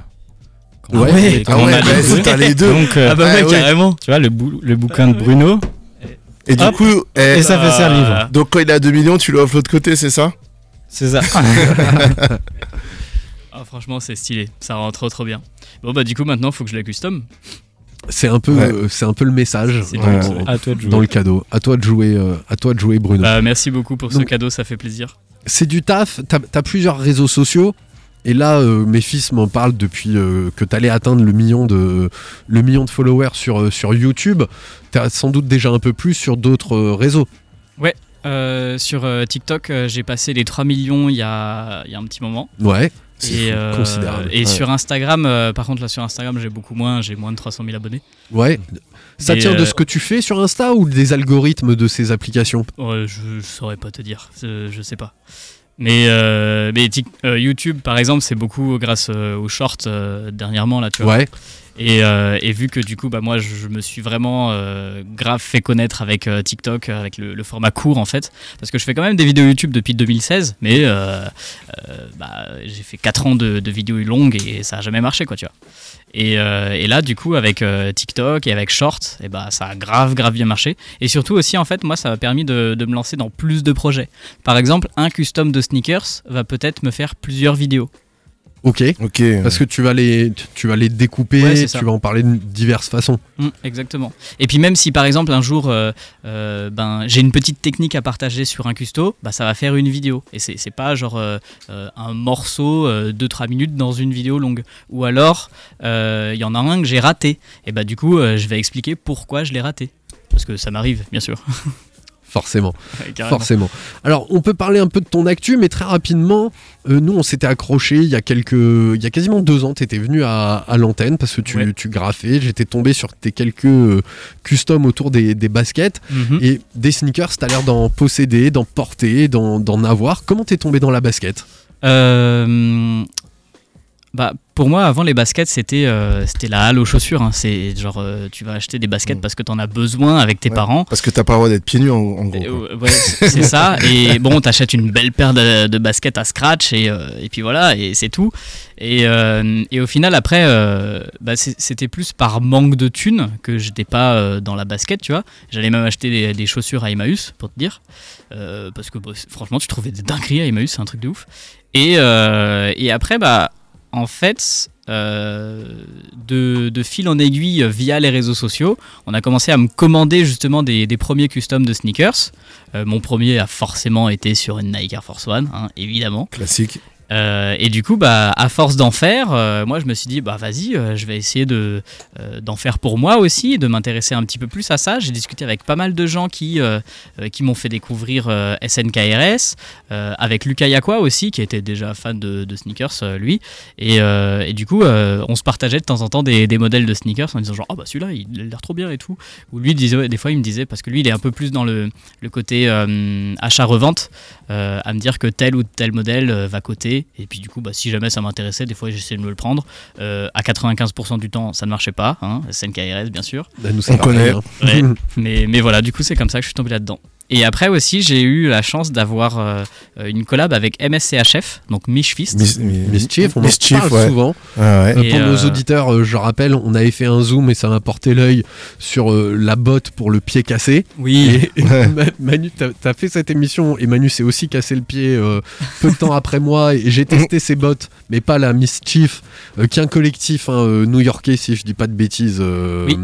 T'as les deux. Donc, carrément. Tu vois, le bouquin de Bruno. Et du coup, et ça fait serre-livre. Donc quand il est à 2 millions, tu l'offres de l'autre côté, c'est ça? C'est ça. Franchement, c'est stylé. Ça rend trop bien. Bon, bah, du coup, maintenant, il faut que je la custom. C'est un peu le message à toi de jouer. dans le cadeau. À toi de jouer, Bruno. Merci beaucoup pour ce cadeau, ça fait plaisir. C'est du taf. T'as plusieurs réseaux sociaux. Et là, mes fils m'en parlent depuis que t'allais atteindre le million de followers sur YouTube. T'as sans doute déjà un peu plus sur d'autres réseaux. Ouais, sur TikTok, j'ai passé les 3 millions il y a un petit moment. Ouais, c'est considérable. Et sur Instagram, par contre, là sur Instagram, j'ai beaucoup moins, j'ai moins de 300 000 abonnés. Ouais. Ça tient de ce que tu fais sur Insta ou des algorithmes de ces applications? Je saurais pas te dire, je sais pas. Mais YouTube, par exemple, c'est beaucoup grâce aux shorts dernièrement, là, tu vois. Ouais. Et vu que du coup, bah, moi, je me suis vraiment grave fait connaître avec TikTok, avec le format court, en fait. Parce que je fais quand même des vidéos YouTube depuis 2016, mais j'ai fait 4 ans de vidéos longues et ça a jamais marché, quoi, tu vois. Et là, du coup, avec TikTok et avec Short, et bah, ça a grave bien marché. Et surtout aussi, en fait, moi, ça m'a permis de me lancer dans plus de projets. Par exemple, un custom de sneakers va peut-être me faire plusieurs vidéos. Ok. Parce que tu vas les découper, tu vas en parler de diverses façons. Exactement. Et puis même si par exemple un jour j'ai une petite technique à partager sur un custo, bah, ça va faire une vidéo. Et c'est pas genre un morceau 2-3 minutes dans une vidéo longue. Ou alors il y en a un que j'ai raté. Et bah du coup je vais expliquer pourquoi je l'ai raté. Parce que ça m'arrive, bien sûr. Forcément. Alors, on peut parler un peu de ton actu, mais très rapidement, nous, on s'était accrochés il y a quasiment 2 ans. Tu étais venu à l'antenne parce que tu graffais. J'étais tombé sur tes quelques customs autour des baskets et des sneakers. Tu as l'air d'en posséder, d'en porter, d'en avoir. Comment t'es tombé dans la basket? Pour moi, avant les baskets, c'était la halle aux chaussures. Hein. C'est genre, tu vas acheter des baskets parce que t'en as besoin avec tes parents. Parce que t'as pas le droit d'être pieds nus en gros. Ouais, c'est ça. Et bon, t'achètes une belle paire de baskets à scratch et puis voilà, et c'est tout. Et au final, après, c'était plus par manque de thunes que j'étais pas dans la basket, tu vois. J'allais même acheter des chaussures à Emmaüs, pour te dire. Parce que franchement, tu trouvais des dingueries à Emmaüs, c'est un truc de ouf. Et après, en fait, de fil en aiguille via les réseaux sociaux, on a commencé à me commander justement des premiers customs de sneakers. Mon premier a forcément été sur une Nike Air Force One, hein, évidemment. Classique. Et du coup, à force d'en faire, moi je me suis dit, vas-y, je vais essayer d'en faire pour moi aussi, de m'intéresser un petit peu plus à ça. J'ai discuté avec pas mal de gens qui m'ont fait découvrir SNKRS, avec Lucas Yakwa aussi, qui était déjà fan de sneakers, lui. Et du coup, on se partageait de temps en temps des modèles de sneakers en disant genre, celui-là, il a l'air trop bien et tout. Ou lui, des fois, il me disait, parce que lui, il est un peu plus dans le côté achat-revente, à me dire que tel ou tel modèle va coter. Et puis du coup, si jamais ça m'intéressait, des fois j'essayais de me le prendre. À 95% du temps, ça ne marchait pas. SNKRS, bien sûr. Nous, on connaît. Ouais, mais voilà, du coup, c'est comme ça que je suis tombé là-dedans. Et après aussi, j'ai eu la chance d'avoir une collab avec MSCHF, donc Mishfist. Mischief, on en parle souvent. Pour nos auditeurs, je rappelle, on avait fait un zoom et ça m'a porté l'œil sur la botte pour le pied cassé. Oui. Et Manu, t'as fait cette émission et Manu s'est aussi cassé le pied peu de temps après moi et j'ai testé ses bottes, mais pas la Mischief, qui est un collectif new-yorkais, si je dis pas de bêtises. Oui.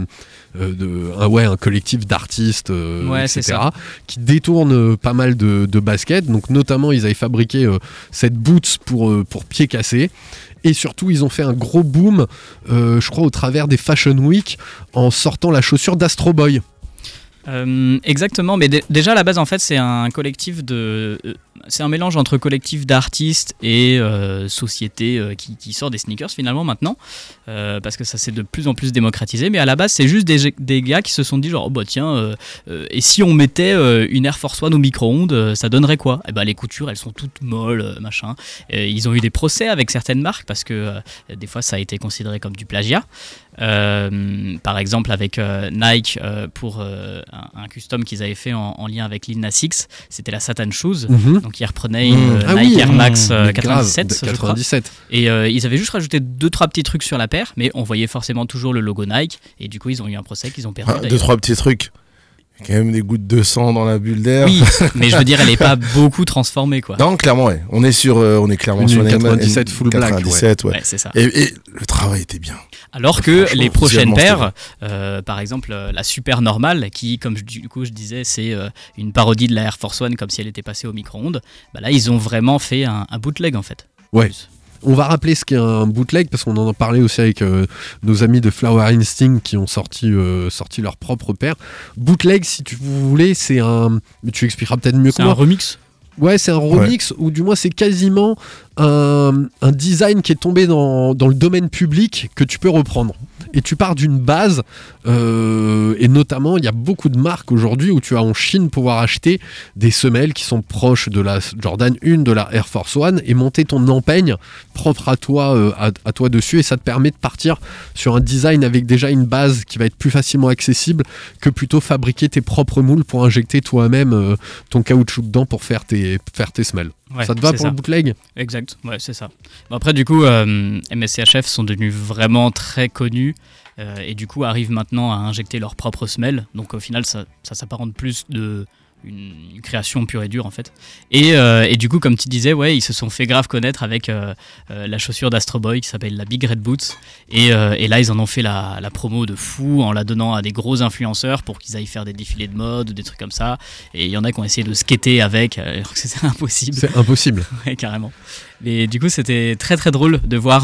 Un collectif d'artistes, etc., qui détourne pas mal de baskets. Donc notamment, ils avaient fabriqué cette boots pour pieds cassés. Et surtout, ils ont fait un gros boom, je crois, au travers des Fashion Week, en sortant la chaussure d'Astro Boy. Exactement, mais déjà à la base en fait c'est un collectif c'est un mélange entre collectif d'artistes et société qui sort des sneakers finalement maintenant, parce que ça s'est de plus en plus démocratisé, mais à la base c'est juste des gars qui se sont dit genre oh bah tiens et si on mettait une Air Force One au micro-ondes, ça donnerait quoi? Et bah les coutures elles sont toutes molles machin. Ils ont eu des procès avec certaines marques parce que des fois ça a été considéré comme du plagiat. Par exemple avec Nike pour un custom qu'ils avaient fait en lien avec Lil Nas X, c'était la Satan Shoes, donc ils reprenaient une Nike Air Max 97, je crois. Et ils avaient juste rajouté 2-3 petits trucs sur la paire, mais on voyait forcément toujours le logo Nike, et du coup ils ont eu un procès qu'ils ont perdu. 2-3 petits trucs. Il y a quand même des gouttes de sang dans la bulle d'air. Oui, mais je veux dire, elle n'est pas beaucoup transformée, quoi. Non, clairement, ouais. On est clairement sur une 97 full black. 97, ouais. Ouais, c'est ça. Et le travail était bien. Alors que les prochaines paires, par exemple la Super Normale, qui, comme du coup je disais, c'est une parodie de la Air Force One, comme si elle était passée au micro-ondes, bah là ils ont vraiment fait un bootleg en fait. Ouais. On va rappeler ce qu'est un bootleg parce qu'on en a parlé aussi avec nos amis de Flower Instinct qui ont sorti leur propre paire. Bootleg, si vous voulez, c'est un... Mais tu expliqueras peut-être mieux que moi. C'est un remix. Ouais, c'est un remix, ou du moins c'est quasiment un design qui est tombé dans le domaine public que tu peux reprendre. Et tu pars d'une base, et notamment il y a beaucoup de marques aujourd'hui où tu as en Chine pouvoir acheter des semelles qui sont proches de la Jordan 1, de la Air Force One, et monter ton empeigne propre à toi, à toi dessus, et ça te permet de partir sur un design avec déjà une base qui va être plus facilement accessible que plutôt fabriquer tes propres moules pour injecter toi-même ton caoutchouc dedans pour faire tes semelles. Ouais, ça te va pour le bootleg ? Exact, ouais, c'est ça. Bon, après, du coup, MSCHF sont devenus vraiment très connus et du coup arrivent maintenant à injecter leurs propres semelles. Donc au final, ça s'apparente plus de une création pure et dure en fait. Et du coup, comme tu disais, ouais, ils se sont fait grave connaître avec la chaussure d'Astro Boy qui s'appelle la Big Red Boots. Et là, ils en ont fait la promo de fou en la donnant à des gros influenceurs pour qu'ils aillent faire des défilés de mode ou des trucs comme ça. Et il y en a qui ont essayé de skater avec, alors que c'est impossible. C'est impossible. Ouais, carrément. Mais du coup, c'était très très drôle de voir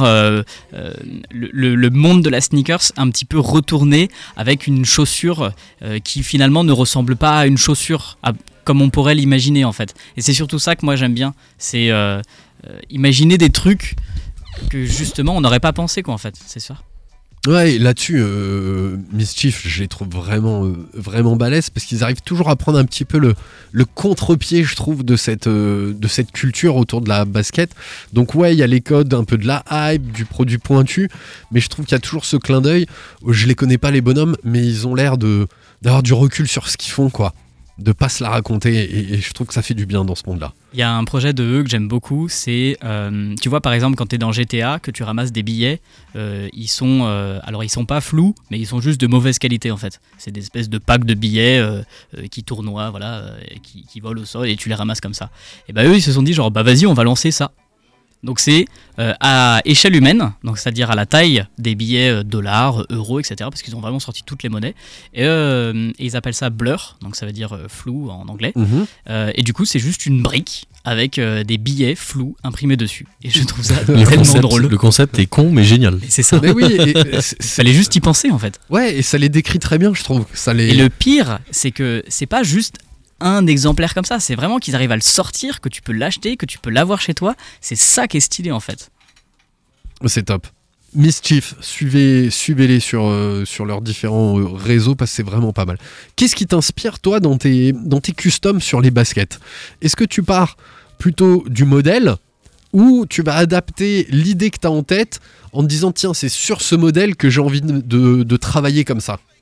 le monde de la sneakers un petit peu retourné avec une chaussure qui finalement ne ressemble pas à une chaussure comme on pourrait l'imaginer en fait. Et c'est surtout ça que moi j'aime bien, c'est imaginer des trucs que justement on n'aurait pas pensé quoi en fait, c'est ça. Ouais, là-dessus, Mischief, je les trouve vraiment balèzes parce qu'ils arrivent toujours à prendre un petit peu le contre-pied, je trouve, de cette culture autour de la basket. Donc ouais, il y a les codes, un peu de la hype, du produit pointu, mais je trouve qu'il y a toujours ce clin d'œil. Je les connais pas les bonhommes, mais ils ont l'air d'avoir du recul sur ce qu'ils font, quoi. De pas se la raconter, et je trouve que ça fait du bien dans ce monde-là. Il y a un projet de eux que j'aime beaucoup, c'est, tu vois par exemple quand tu es dans GTA, que tu ramasses des billets, ils sont pas flous, mais ils sont juste de mauvaise qualité en fait. C'est des espèces de packs de billets qui tournoient, voilà, qui volent au sol et tu les ramasses comme ça. Et bah eux ils se sont dit genre bah vas-y on va lancer ça. Donc c'est à échelle humaine, donc c'est-à-dire à la taille des billets dollars, euros, etc. Parce qu'ils ont vraiment sorti toutes les monnaies. Et ils appellent ça blur, donc ça veut dire flou en anglais. Et du coup c'est juste une brique avec des billets flous imprimés dessus. Et je trouve ça tellement drôle. Le concept est con mais génial. Et c'est ça. Mais oui, fallait juste y penser en fait. Ouais, et ça les décrit très bien, je trouve. Et le pire, c'est que c'est pas juste un exemplaire comme ça, c'est vraiment qu'ils arrivent à le sortir, que tu peux l'acheter, que tu peux l'avoir chez toi. C'est ça qui est stylé en fait. C'est top. Mischief, suivez-les sur leurs différents réseaux parce que c'est vraiment pas mal. Qu'est-ce qui t'inspire toi dans tes customs sur les baskets ? Est-ce que tu pars plutôt du modèle ou tu vas adapter l'idée que tu as en tête en te disant tiens c'est sur ce modèle que j'ai envie de travailler comme ça ?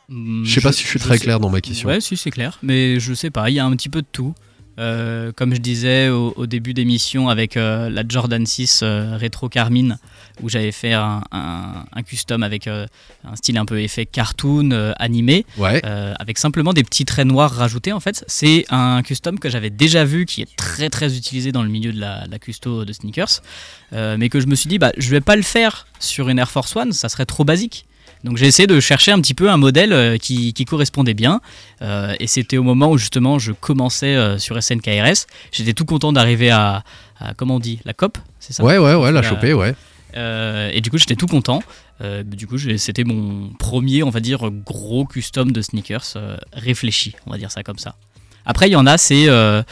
Je sais pas si je suis très clair dans ma question. Ouais, si c'est clair, mais je sais pas, il y a un petit peu de tout. Comme je disais au début d'émission avec la Jordan 6 Rétro Carmine, où j'avais fait un custom avec un style un peu effet cartoon animé, avec simplement des petits traits noirs rajoutés. En fait, c'est un custom que j'avais déjà vu, qui est très très utilisé dans le milieu de la custo de sneakers, mais que je me suis dit, je vais pas le faire sur une Air Force One, ça serait trop basique. Donc j'ai essayé de chercher un petit peu un modèle qui correspondait bien, et c'était au moment où justement je commençais sur SNKRS. J'étais tout content d'arriver à comment on dit, la COP, c'est ça ? Ouais, la choper, ouais. Et du coup j'étais tout content. Du coup c'était mon premier, on va dire, gros custom de sneakers réfléchi, on va dire ça comme ça. Après il y en a, c'est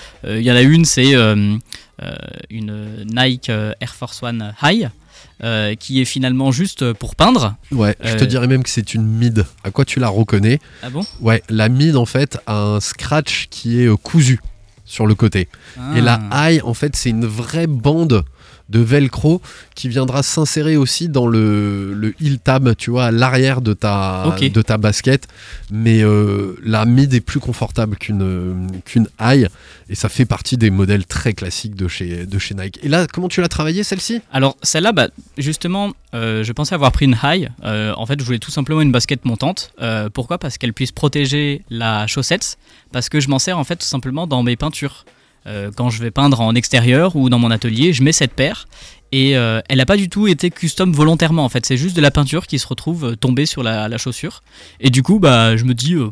une Nike Air Force One High. Qui est finalement juste pour peindre. Ouais, je te dirais même que c'est une mid. À quoi tu la reconnais ? Ah bon ? Ouais, la mid en fait a un scratch qui est cousu sur le côté. Et la high en fait c'est une vraie bande de velcro qui viendra s'insérer aussi dans le heel tab, tu vois, à l'arrière de ta basket. Mais la mid est plus confortable qu'une high, et ça fait partie des modèles très classiques de chez Nike. Et là, comment tu l'as travaillée, celle-ci ? Alors celle-là, justement, je pensais avoir pris une high. En fait, je voulais tout simplement une basket montante. Pourquoi ? Parce qu'elle puisse protéger la chaussette, parce que je m'en sers en fait tout simplement dans mes peintures. Quand je vais peindre en extérieur ou dans mon atelier, je mets cette paire, et elle n'a pas du tout été custom volontairement en fait, c'est juste de la peinture qui se retrouve tombée sur la chaussure, et du coup je me dis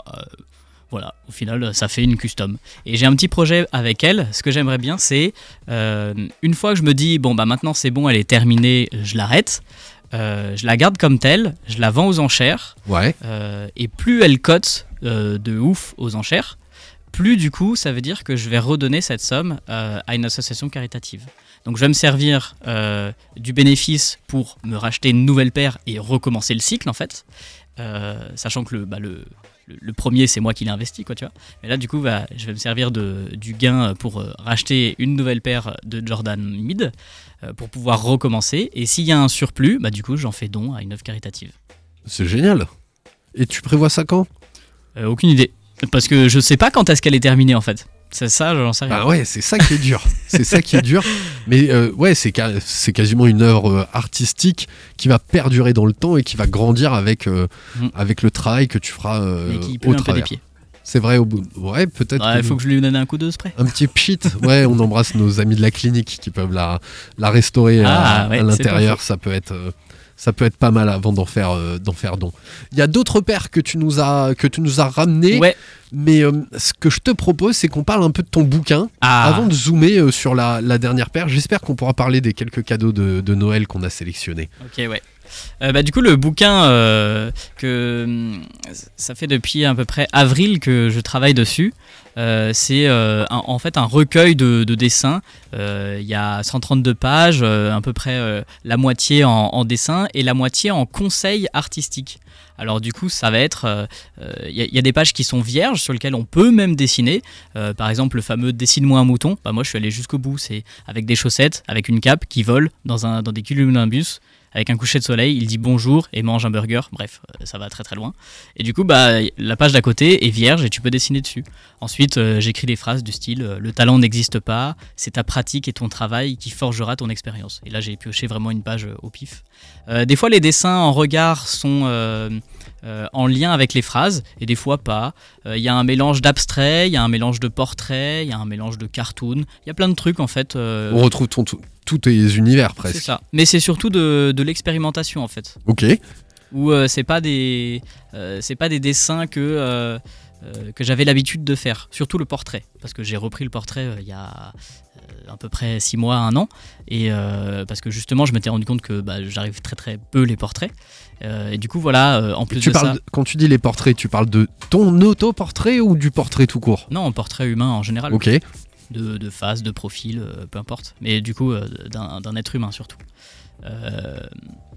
voilà, au final ça fait une custom. Et j'ai un petit projet avec elle. Ce que j'aimerais bien, c'est une fois que je me dis maintenant c'est bon, elle est terminée, je l'arrête. Je la garde comme telle, je la vends aux enchères, et plus elle cote de ouf aux enchères, plus du coup ça veut dire que je vais redonner cette somme à une association caritative. Donc je vais me servir du bénéfice pour me racheter une nouvelle paire et recommencer le cycle en fait, sachant que le premier c'est moi qui l'ai investi, quoi, tu vois. Mais là du coup je vais me servir du gain pour racheter une nouvelle paire de Jordan Mid pour pouvoir recommencer, et s'il y a un surplus, du coup j'en fais don à une œuvre caritative. C'est génial. Et tu prévois ça quand ? Aucune idée. Parce que je sais pas quand est-ce qu'elle est terminée en fait. C'est ça, j'en sais rien. Ah ouais, c'est ça qui est dur. C'est ça qui est dur. Mais c'est quasiment une œuvre artistique qui va perdurer dans le temps et qui va grandir avec le travail que tu feras mais qui peut au un travers. peu des pieds. C'est vrai, au bout. Ouais, peut-être. Il faut que je lui donne un coup de spray. Un petit pchit. Ouais, on embrasse nos amis de la clinique qui peuvent la restaurer à l'intérieur. Ça peut être pas mal avant d'en faire don. Il y a d'autres paires que tu nous as ramenées. Ouais. Mais ce que je te propose, c'est qu'on parle un peu de ton bouquin avant de zoomer sur la dernière paire. J'espère qu'on pourra parler des quelques cadeaux de Noël qu'on a sélectionnés. Ok, ouais. Du coup, le bouquin, ça fait depuis à peu près avril que je travaille dessus. C'est en fait un recueil de dessins. Il y a 132 pages, à peu près la moitié en dessin et la moitié en conseils artistiques. Alors du coup, ça va être... y a des pages qui sont vierges sur lesquelles on peut même dessiner. Par exemple, le fameux « Dessine-moi un mouton ». Moi, je suis allé jusqu'au bout. C'est avec des chaussettes, avec une cape qui vole dans des cumulonimbus. Avec un coucher de soleil, il dit bonjour et mange un burger. Bref, ça va très très loin. Et du coup, la page d'à côté est vierge et tu peux dessiner dessus. Ensuite, j'écris des phrases du style « Le talent n'existe pas, c'est ta pratique et ton travail qui forgera ton expérience ». Et là, j'ai pioché vraiment une page au pif. Des fois, les dessins en regard sont en lien avec les phrases et des fois pas. Il y a un mélange d'abstrait, il y a un mélange de portrait, il y a un mélange de cartoon. Il y a plein de trucs en fait. On retrouve tous tes univers presque. C'est ça. Mais c'est surtout de l'expérimentation en fait. Ok. Où c'est pas des dessins que j'avais l'habitude de faire. Surtout le portrait. Parce que j'ai repris le portrait il y a à peu près 6 mois, 1 an. Et parce que justement, je m'étais rendu compte que j'arrive très très peu les portraits. Et du coup, voilà, en plus quand tu dis les portraits, tu parles de ton autoportrait ou du portrait tout court ? Non, portrait humain en général. Ok. De face, de profil, peu importe. Mais du coup, d'un être humain surtout.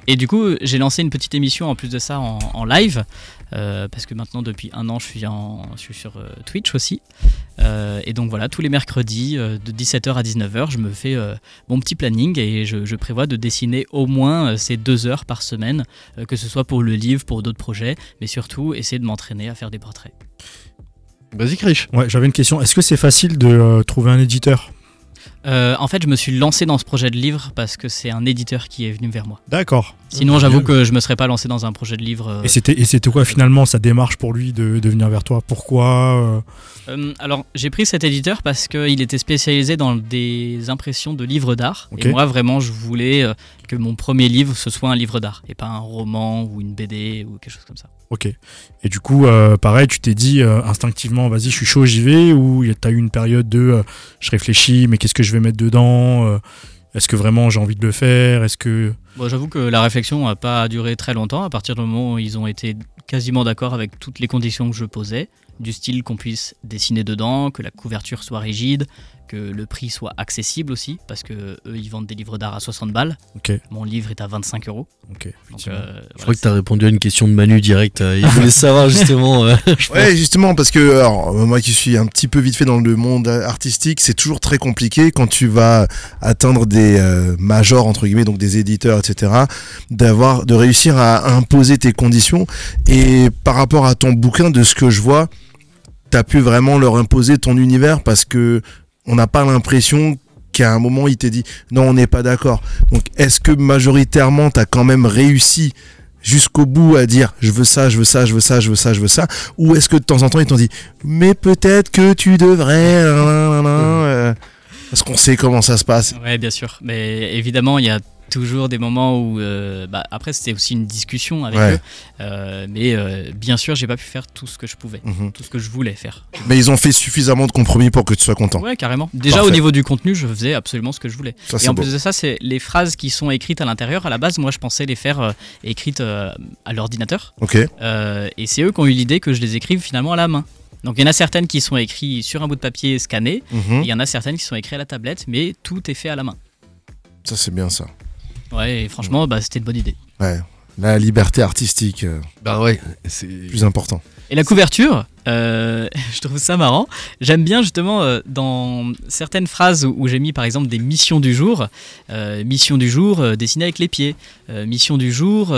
Et du coup, j'ai lancé une petite émission en plus de ça en live, parce que maintenant depuis 1 an, je suis sur Twitch aussi. Et donc voilà, tous les mercredis de 17h à 19h, je me fais mon petit planning et je prévois de dessiner au moins ces 2 heures par semaine, que ce soit pour le livre, pour d'autres projets, mais surtout essayer de m'entraîner à faire des portraits. Vas-y, Krish. Ouais, j'avais une question. Est-ce que c'est facile de trouver un éditeur ? En fait, je me suis lancé dans ce projet de livre parce que c'est un éditeur qui est venu vers moi. D'accord. Sinon, j'avoue que je me serais pas lancé dans un projet de livre. Et c'était quoi finalement sa démarche pour lui de venir vers toi ? Pourquoi Alors, j'ai pris cet éditeur parce qu'il était spécialisé dans des impressions de livres d'art. Ok. Et moi, vraiment, je voulais que mon premier livre, ce soit un livre d'art et pas un roman ou une BD ou quelque chose comme ça. Ok. Et du coup, pareil, tu t'es dit instinctivement, vas-y, je suis chaud, j'y vais, ou t'as eu une période de je réfléchis, mais qu'est-ce que je vais mettre dedans Est-ce que vraiment j'ai envie de le faire ? Est-ce que... Bon, j'avoue que la réflexion n'a pas duré très longtemps. À partir du moment où ils ont été quasiment d'accord avec toutes les conditions que je posais, du style qu'on puisse dessiner dedans, que la couverture soit rigide, que le prix soit accessible aussi, parce que eux ils vendent des livres d'art à 60 balles. Ok. Mon livre est à 25 €. Ok. Donc, Je crois que tu as répondu à une question de Manu direct. Il voulait savoir justement. Ouais, justement, parce que alors, moi qui suis un petit peu vite fait dans le monde artistique, c'est toujours très compliqué quand tu vas atteindre des majors, entre guillemets, donc des éditeurs, etc., de réussir à imposer tes conditions. Et par rapport à ton bouquin, de ce que je vois, t'as pu vraiment leur imposer ton univers parce que on n'a pas l'impression qu'à un moment il t'ait dit non, on n'est pas d'accord. Donc est-ce que majoritairement t'as quand même réussi jusqu'au bout à dire je veux ça, je veux ça, je veux ça, je veux ça, je veux ça, ou est-ce que de temps en temps ils t'ont dit mais peut-être que tu devrais parce qu'on sait comment ça se passe. Ouais, bien sûr, mais évidemment il y a toujours des moments où après c'était aussi une discussion avec eux, mais bien sûr j'ai pas pu faire tout ce que je pouvais, tout ce que je voulais faire. Mais ils ont fait suffisamment de compromis pour que tu sois content. Ouais, carrément. Déjà Parfait. Au niveau du contenu, je faisais absolument ce que je voulais. Ça, et en beau. plus de ça, c'est les phrases qui sont écrites à l'intérieur. À la base, moi je pensais les faire écrites à l'ordinateur. Ok. Et c'est eux qui ont eu l'idée que je les écrive finalement à la main. Donc il y en a certaines qui sont écrites sur un bout de papier scanné, et il y en a certaines qui sont écrites à la tablette, mais tout est fait à la main. Ça c'est bien ça. Ouais, et franchement, c'était une bonne idée. Ouais, la liberté artistique, Bah ouais, c'est plus important. Et la couverture, je trouve ça marrant. J'aime bien justement dans certaines phrases où j'ai mis par exemple des missions du jour. Mission du jour, dessiner avec les pieds. Mission du jour,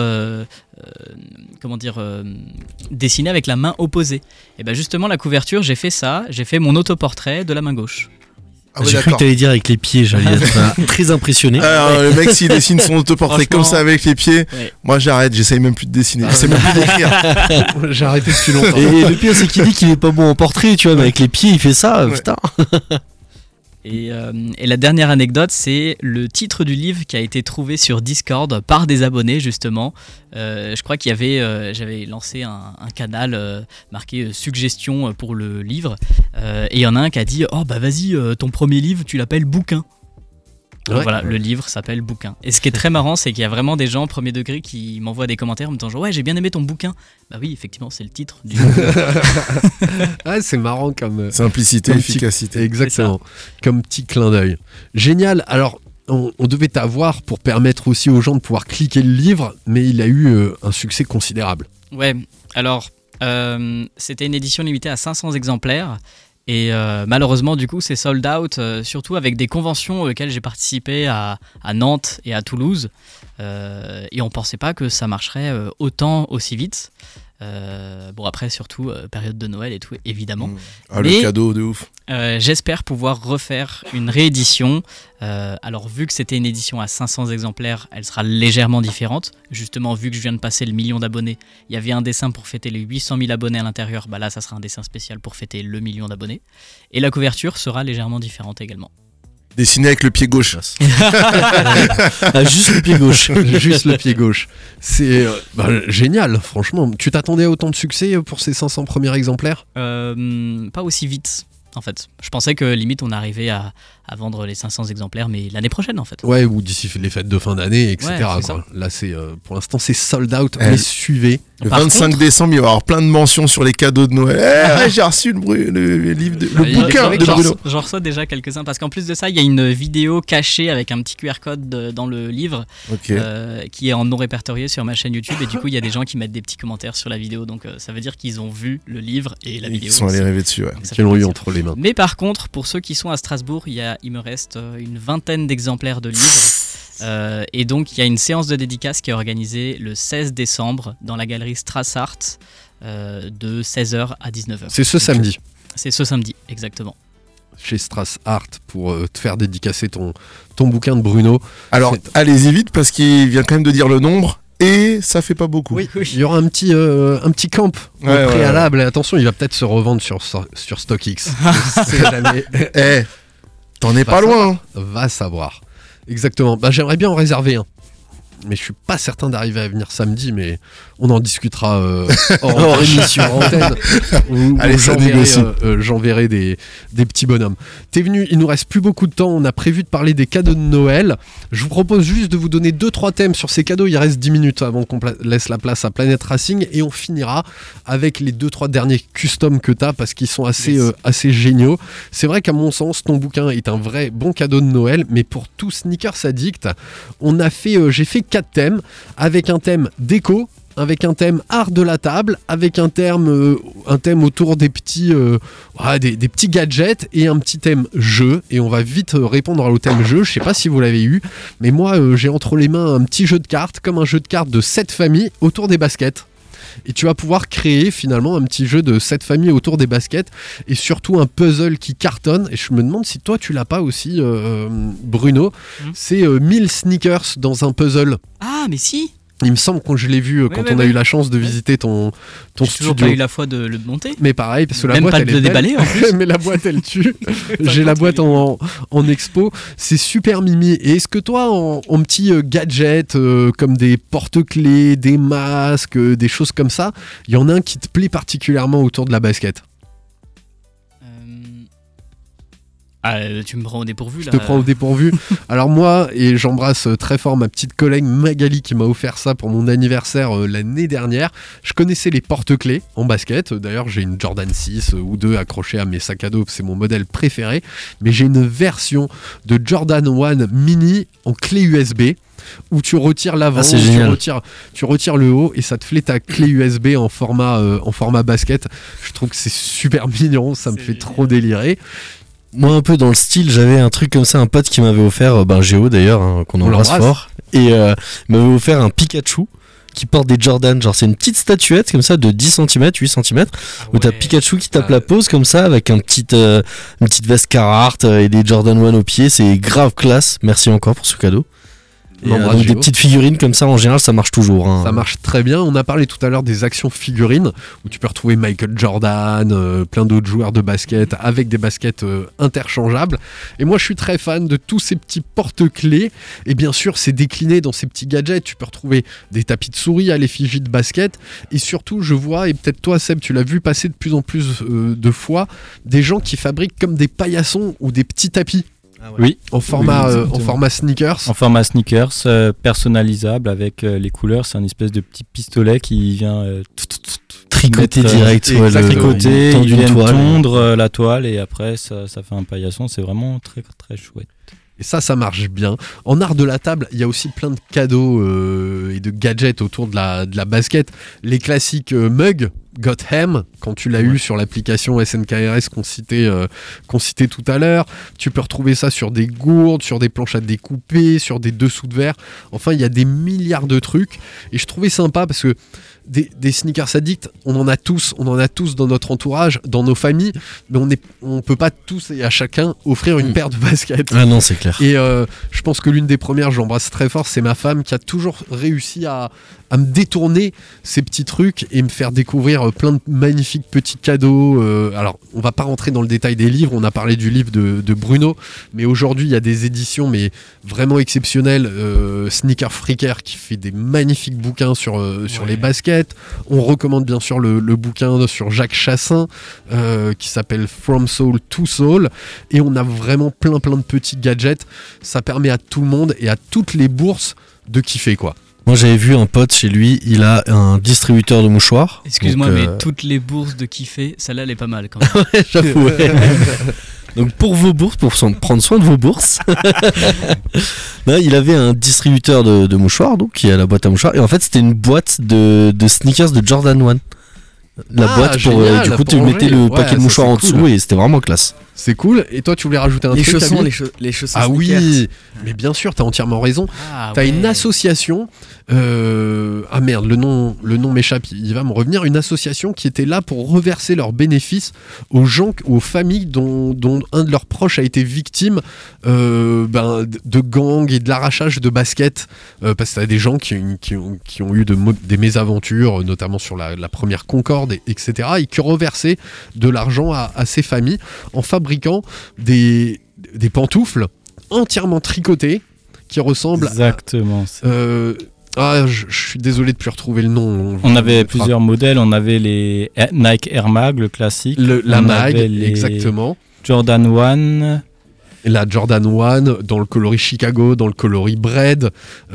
dessiner avec la main opposée. Et bien justement la couverture, j'ai fait ça. J'ai fait mon autoportrait de la main gauche. Ah ouais, J'ai cru que tu allais dire avec les pieds, j'allais être très impressionné. Alors, le mec s'il dessine son autoportrait comme ça avec les pieds, moi j'arrête, j'essaye même plus de dessiner, j'essaye même plus d'écrire. J'ai arrêté depuis longtemps. Et le pire c'est qu'il dit qu'il est pas bon en portrait, tu vois, mais avec les pieds il fait ça, putain. Et la dernière anecdote, c'est le titre du livre qui a été trouvé sur Discord par des abonnés justement. Je crois qu'il y avait, j'avais lancé un canal marqué suggestion pour le livre, et il y en a un qui a dit oh bah vas-y, ton premier livre tu l'appelles bouquin. Donc voilà, le livre s'appelle Bouquin. Et ce qui est très marrant, c'est qu'il y a vraiment des gens premier degré qui m'envoient des commentaires en me disant genre, ouais, j'ai bien aimé ton bouquin. Bah oui, effectivement, c'est le titre du Ah, c'est marrant comme simplicité, comme efficacité. Exactement. Comme petit clin d'œil. Génial. Alors, on devait t'avoir pour permettre aussi aux gens de pouvoir cliquer le livre, mais il a eu un succès considérable. Ouais, alors, c'était une édition limitée à 500 exemplaires. Et malheureusement, du coup, c'est sold out, surtout avec des conventions auxquelles j'ai participé à Nantes et à Toulouse. Et on pensait pas que ça marcherait autant, aussi vite. Bon, après, surtout, période de Noël et tout, évidemment. Ah, le cadeau de ouf. J'espère pouvoir refaire une réédition. Alors, vu que c'était une édition à 500 exemplaires, elle sera légèrement différente. Justement, vu que je viens de passer le 1 million d'abonnés, il y avait un dessin pour fêter les 800 000 abonnés à l'intérieur. Bah là, ça sera un dessin spécial pour fêter le 1 million d'abonnés. Et la couverture sera légèrement différente également. Dessiné avec le pied gauche. Juste le pied gauche. Juste le pied gauche. C'est génial, franchement. Tu t'attendais à autant de succès pour ces 500 premiers exemplaires ? Pas aussi vite, en fait. Je pensais que limite on arrivait à à vendre les 500 exemplaires, mais l'année prochaine en fait. Ouais, ou d'ici les fêtes de fin d'année, etc. Ouais, c'est quoi. ça. Là, c'est pour l'instant, c'est sold out. Mais suivez. Le Par 25 contre- décembre, il va y avoir plein de mentions sur les cadeaux de Noël. J'ai reçu le livre, le bouquin de Bruno. J'en reçois déjà quelques-uns parce qu'en plus de ça, il y a une vidéo cachée avec un petit QR code dans le livre Ok. qui est en non répertorié sur ma chaîne YouTube et du coup il y a des gens qui mettent des petits commentaires sur la vidéo, donc ça veut dire qu'ils ont vu le livre et la vidéo. Ils sont allés aussi. rêver dessus, ouais. Donc, ça Qu'ils fait l'ont eu plaisir. entre les mains. Mais par contre, pour ceux qui sont à Strasbourg, il me reste une vingtaine d'exemplaires de livres. Et donc, il y a une séance de dédicace qui est organisée le 16 décembre dans la galerie Strassart de 16h à 19h. C'est ce samedi, C'est ce samedi, exactement. chez Strass Art, pour te faire dédicacer ton bouquin de Bruno. Alors, allez-y vite parce qu'il vient quand même de dire le nombre et ça fait pas beaucoup. Oui, il y aura un petit camp au Ouais, préalable. Et attention, il va peut-être se revendre sur StockX. Je sais jamais. T'en es Va pas loin. Hein. Va savoir. Exactement. Bah, j'aimerais bien en réserver un. Mais je suis pas certain d'arriver à venir samedi, mais on en discutera hors émission, en antenne. Où Allez, ça négocie. j'enverrai des petits bonhommes. T'es venu, il nous reste plus beaucoup de temps. On a prévu de parler des cadeaux de Noël. Je vous propose juste de vous donner 2-3 thèmes sur ces cadeaux. Il reste 10 minutes avant qu'on laisse la place à Planet Racing. Et on finira avec les 2-3 derniers customs que t'as parce qu'ils sont assez géniaux. C'est vrai qu'à mon sens, ton bouquin est un vrai bon cadeau de Noël. Mais pour tout sneakers addict, j'ai fait 4 thèmes, avec un thème déco, avec un thème art de la table, avec un thème autour des petits des petits gadgets et un petit thème jeu. Et on va vite répondre au thème jeu. Je sais pas si vous l'avez eu, mais moi j'ai entre les mains un petit jeu de cartes, comme un jeu de cartes de 7 familles autour des baskets. Et tu vas pouvoir créer finalement un petit jeu de 7 familles autour des baskets et surtout un puzzle qui cartonne. Et je me demande si toi tu l'as pas aussi, Bruno. C'est 1000 sneakers dans un puzzle. Ah, mais si! Il me semble que je l'ai vu quand on a eu la chance de visiter ton J'ai toujours studio. pas eu la foi de le monter. Mais pareil, parce que la Même boîte pas elle de est le déballer, belle. en plus. Mais la boîte elle tue. J'ai la boîte en expo. C'est super mimi. Et est-ce que toi, en petits gadgets comme des porte-clés, des masques, des choses comme ça, il y en a un qui te plaît particulièrement autour de la basket? Tu me prends au dépourvu là. Je te prends au dépourvu. Alors moi, et j'embrasse très fort ma petite collègue Magali qui m'a offert ça pour mon anniversaire l'année dernière. Je connaissais les porte-clés en basket. D'ailleurs, j'ai une Jordan 6 ou 2 accrochée à mes sacs à dos. C'est mon modèle préféré. Mais j'ai une version de Jordan 1 mini en clé USB. Où tu retires l'avant, tu retires le haut et ça te fait ta clé USB en format basket. Je trouve que c'est super mignon, ça me fait trop délirer. Moi, un peu dans le style, j'avais un truc comme ça, un pote qui m'avait offert, Géo d'ailleurs, qu'on embrasse fort, et il m'avait offert un Pikachu qui porte des Jordan, genre c'est une petite statuette comme ça de 10 cm, 8 cm, où t'as Pikachu qui tape la pose comme ça avec une petite veste Carhartt et des Jordan 1 au pied, c'est grave classe, merci encore pour ce cadeau. Et donc des petites figurines comme ça en général ça marche toujours hein. Ça marche très bien. On a parlé tout à l'heure des actions figurines où tu peux retrouver Michael Jordan, plein d'autres joueurs de basket avec des baskets interchangeables. Et moi je suis très fan de tous ces petits porte-clés. Et bien sûr c'est décliné dans ces petits gadgets. Tu peux retrouver des tapis de souris à l'effigie de basket. Et surtout je vois, et peut-être toi Seb tu l'as vu passer de plus en plus de fois, des gens qui fabriquent comme des paillassons ou des petits tapis. Ah ouais. Oui, en format sneakers. En format sneakers, personnalisable avec les couleurs. C'est un espèce de petit pistolet qui vient tricoter direct. Tricoter, il vient tondre la toile et après ça fait un paillasson. C'est vraiment très très chouette. Et ça marche bien. En art de la table, il y a aussi plein de cadeaux et de gadgets autour de la basket. Les classiques mugs, Gotham, quand tu l'as eu sur l'application SNKRS qu'on citait tout à l'heure. Tu peux retrouver ça sur des gourdes, sur des planches à découper, sur des dessous de verre. Enfin, il y a des milliards de trucs. Et je trouvais sympa parce que des sneakers addicts, on en a tous dans notre entourage, dans nos familles, mais on peut pas tous et à chacun offrir une paire de baskets. Ah non, c'est clair. Et je pense que l'une des premières, j'embrasse très fort, c'est ma femme qui a toujours réussi à me détourner ces petits trucs et me faire découvrir plein de magnifiques magnifiques petits cadeaux. Alors, on va pas rentrer dans le détail des livres. On a parlé du livre de Bruno, mais aujourd'hui, il y a des éditions mais vraiment exceptionnelles. Sneaker Freaker qui fait des magnifiques bouquins sur les baskets. On recommande bien sûr le bouquin sur Jacques Chassin qui s'appelle From Soul to Soul. Et on a vraiment plein de petits gadgets. Ça permet à tout le monde et à toutes les bourses de kiffer, quoi. Moi j'avais vu un pote chez lui, il a un distributeur de mouchoirs. Excuse-moi, mais toutes les bourses de kiffer, celle-là elle est pas mal quand même. Ouais, j'avoue. Ouais. Donc pour vos bourses, pour prendre soin de vos bourses, là, il avait un distributeur de mouchoirs, donc qui a la boîte à mouchoirs, et en fait c'était une boîte de sneakers de Jordan 1. La boîte pour génial, du coup tu pour mettais ranger. le paquet de ça, mouchoirs en c'est dessous cool. et c'était vraiment classe. C'est cool. Et toi, tu voulais rajouter un Les truc, chaussons, Camille les chaussons Ah sneakers. oui, mais bien sûr, t'as entièrement raison. T'as une association. Ah merde, le nom m'échappe. Il va me revenir. Une association qui était là pour reverser leurs bénéfices aux gens, aux familles dont un de leurs proches a été victime de gangs et de l'arrachage de baskets. Parce que t'as des gens qui ont eu des mésaventures, notamment sur la première Concorde, etc. Et qui reversaient de l'argent à ces familles en fabriquant des pantoufles entièrement tricotées qui ressemblent Exactement. je suis désolé de plus retrouver le nom. On avait plusieurs modèles. On avait les Nike Air Mag, le classique. La on Mag, avait les exactement. Jordan 1. La Jordan 1 dans le coloris Chicago, dans le coloris Bread.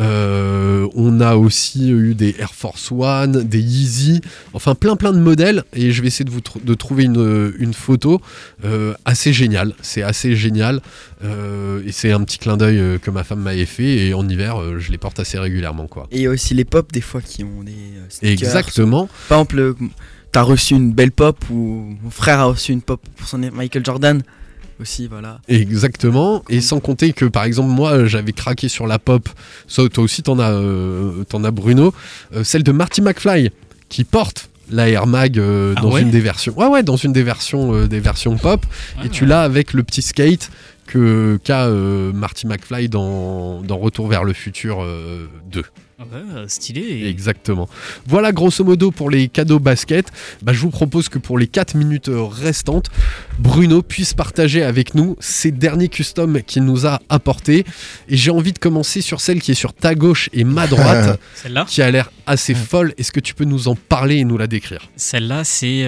On a aussi eu des Air Force One, des Yeezy, enfin plein de modèles. Et je vais essayer de trouver une photo assez géniale. C'est assez génial. Et c'est un petit clin d'œil que ma femme m'avait fait. Et en hiver, je les porte assez régulièrement, quoi. Et il y a aussi les pop des fois qui ont des sneakers. Exactement. Par exemple, t'as reçu une belle pop ou mon frère a reçu une pop pour son Michael Jordan. Aussi, voilà. Exactement, et sans compter que par exemple moi j'avais craqué sur la pop, ça, toi aussi t'en as Bruno, celle de Marty McFly qui porte la Air Mag dans une des versions. Ouais, dans une des versions pop, et tu l'as avec le petit skate qu'a Marty McFly dans Retour vers le futur 2. Ouais, stylé. Exactement. Voilà grosso modo pour les cadeaux basket. Je vous propose que pour les 4 minutes restantes, Bruno puisse partager avec nous ses derniers customs qu'il nous a apportés. Et j'ai envie de commencer sur celle qui est sur ta gauche et ma droite, celle-là qui a l'air assez folle. Est-ce que tu peux nous en parler et nous la décrire ? Celle-là, c'est...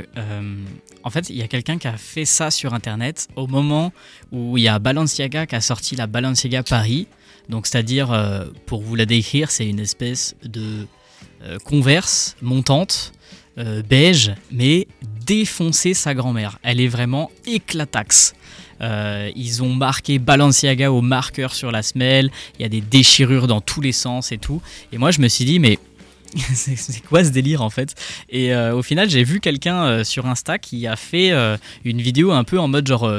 En fait, il y a quelqu'un qui a fait ça sur Internet au moment où il y a Balenciaga qui a sorti la Balenciaga Paris. Donc, c'est-à-dire, pour vous la décrire, c'est une espèce de Converse montante, beige, mais défoncer sa grand-mère. Elle est vraiment éclataxe. Ils ont marqué Balenciaga au marqueur sur la semelle. Il y a des déchirures dans tous les sens et tout. Et moi, je me suis dit, mais... c'est quoi ce délire en fait? Et au final j'ai vu quelqu'un sur Insta qui a fait une vidéo un peu en mode genre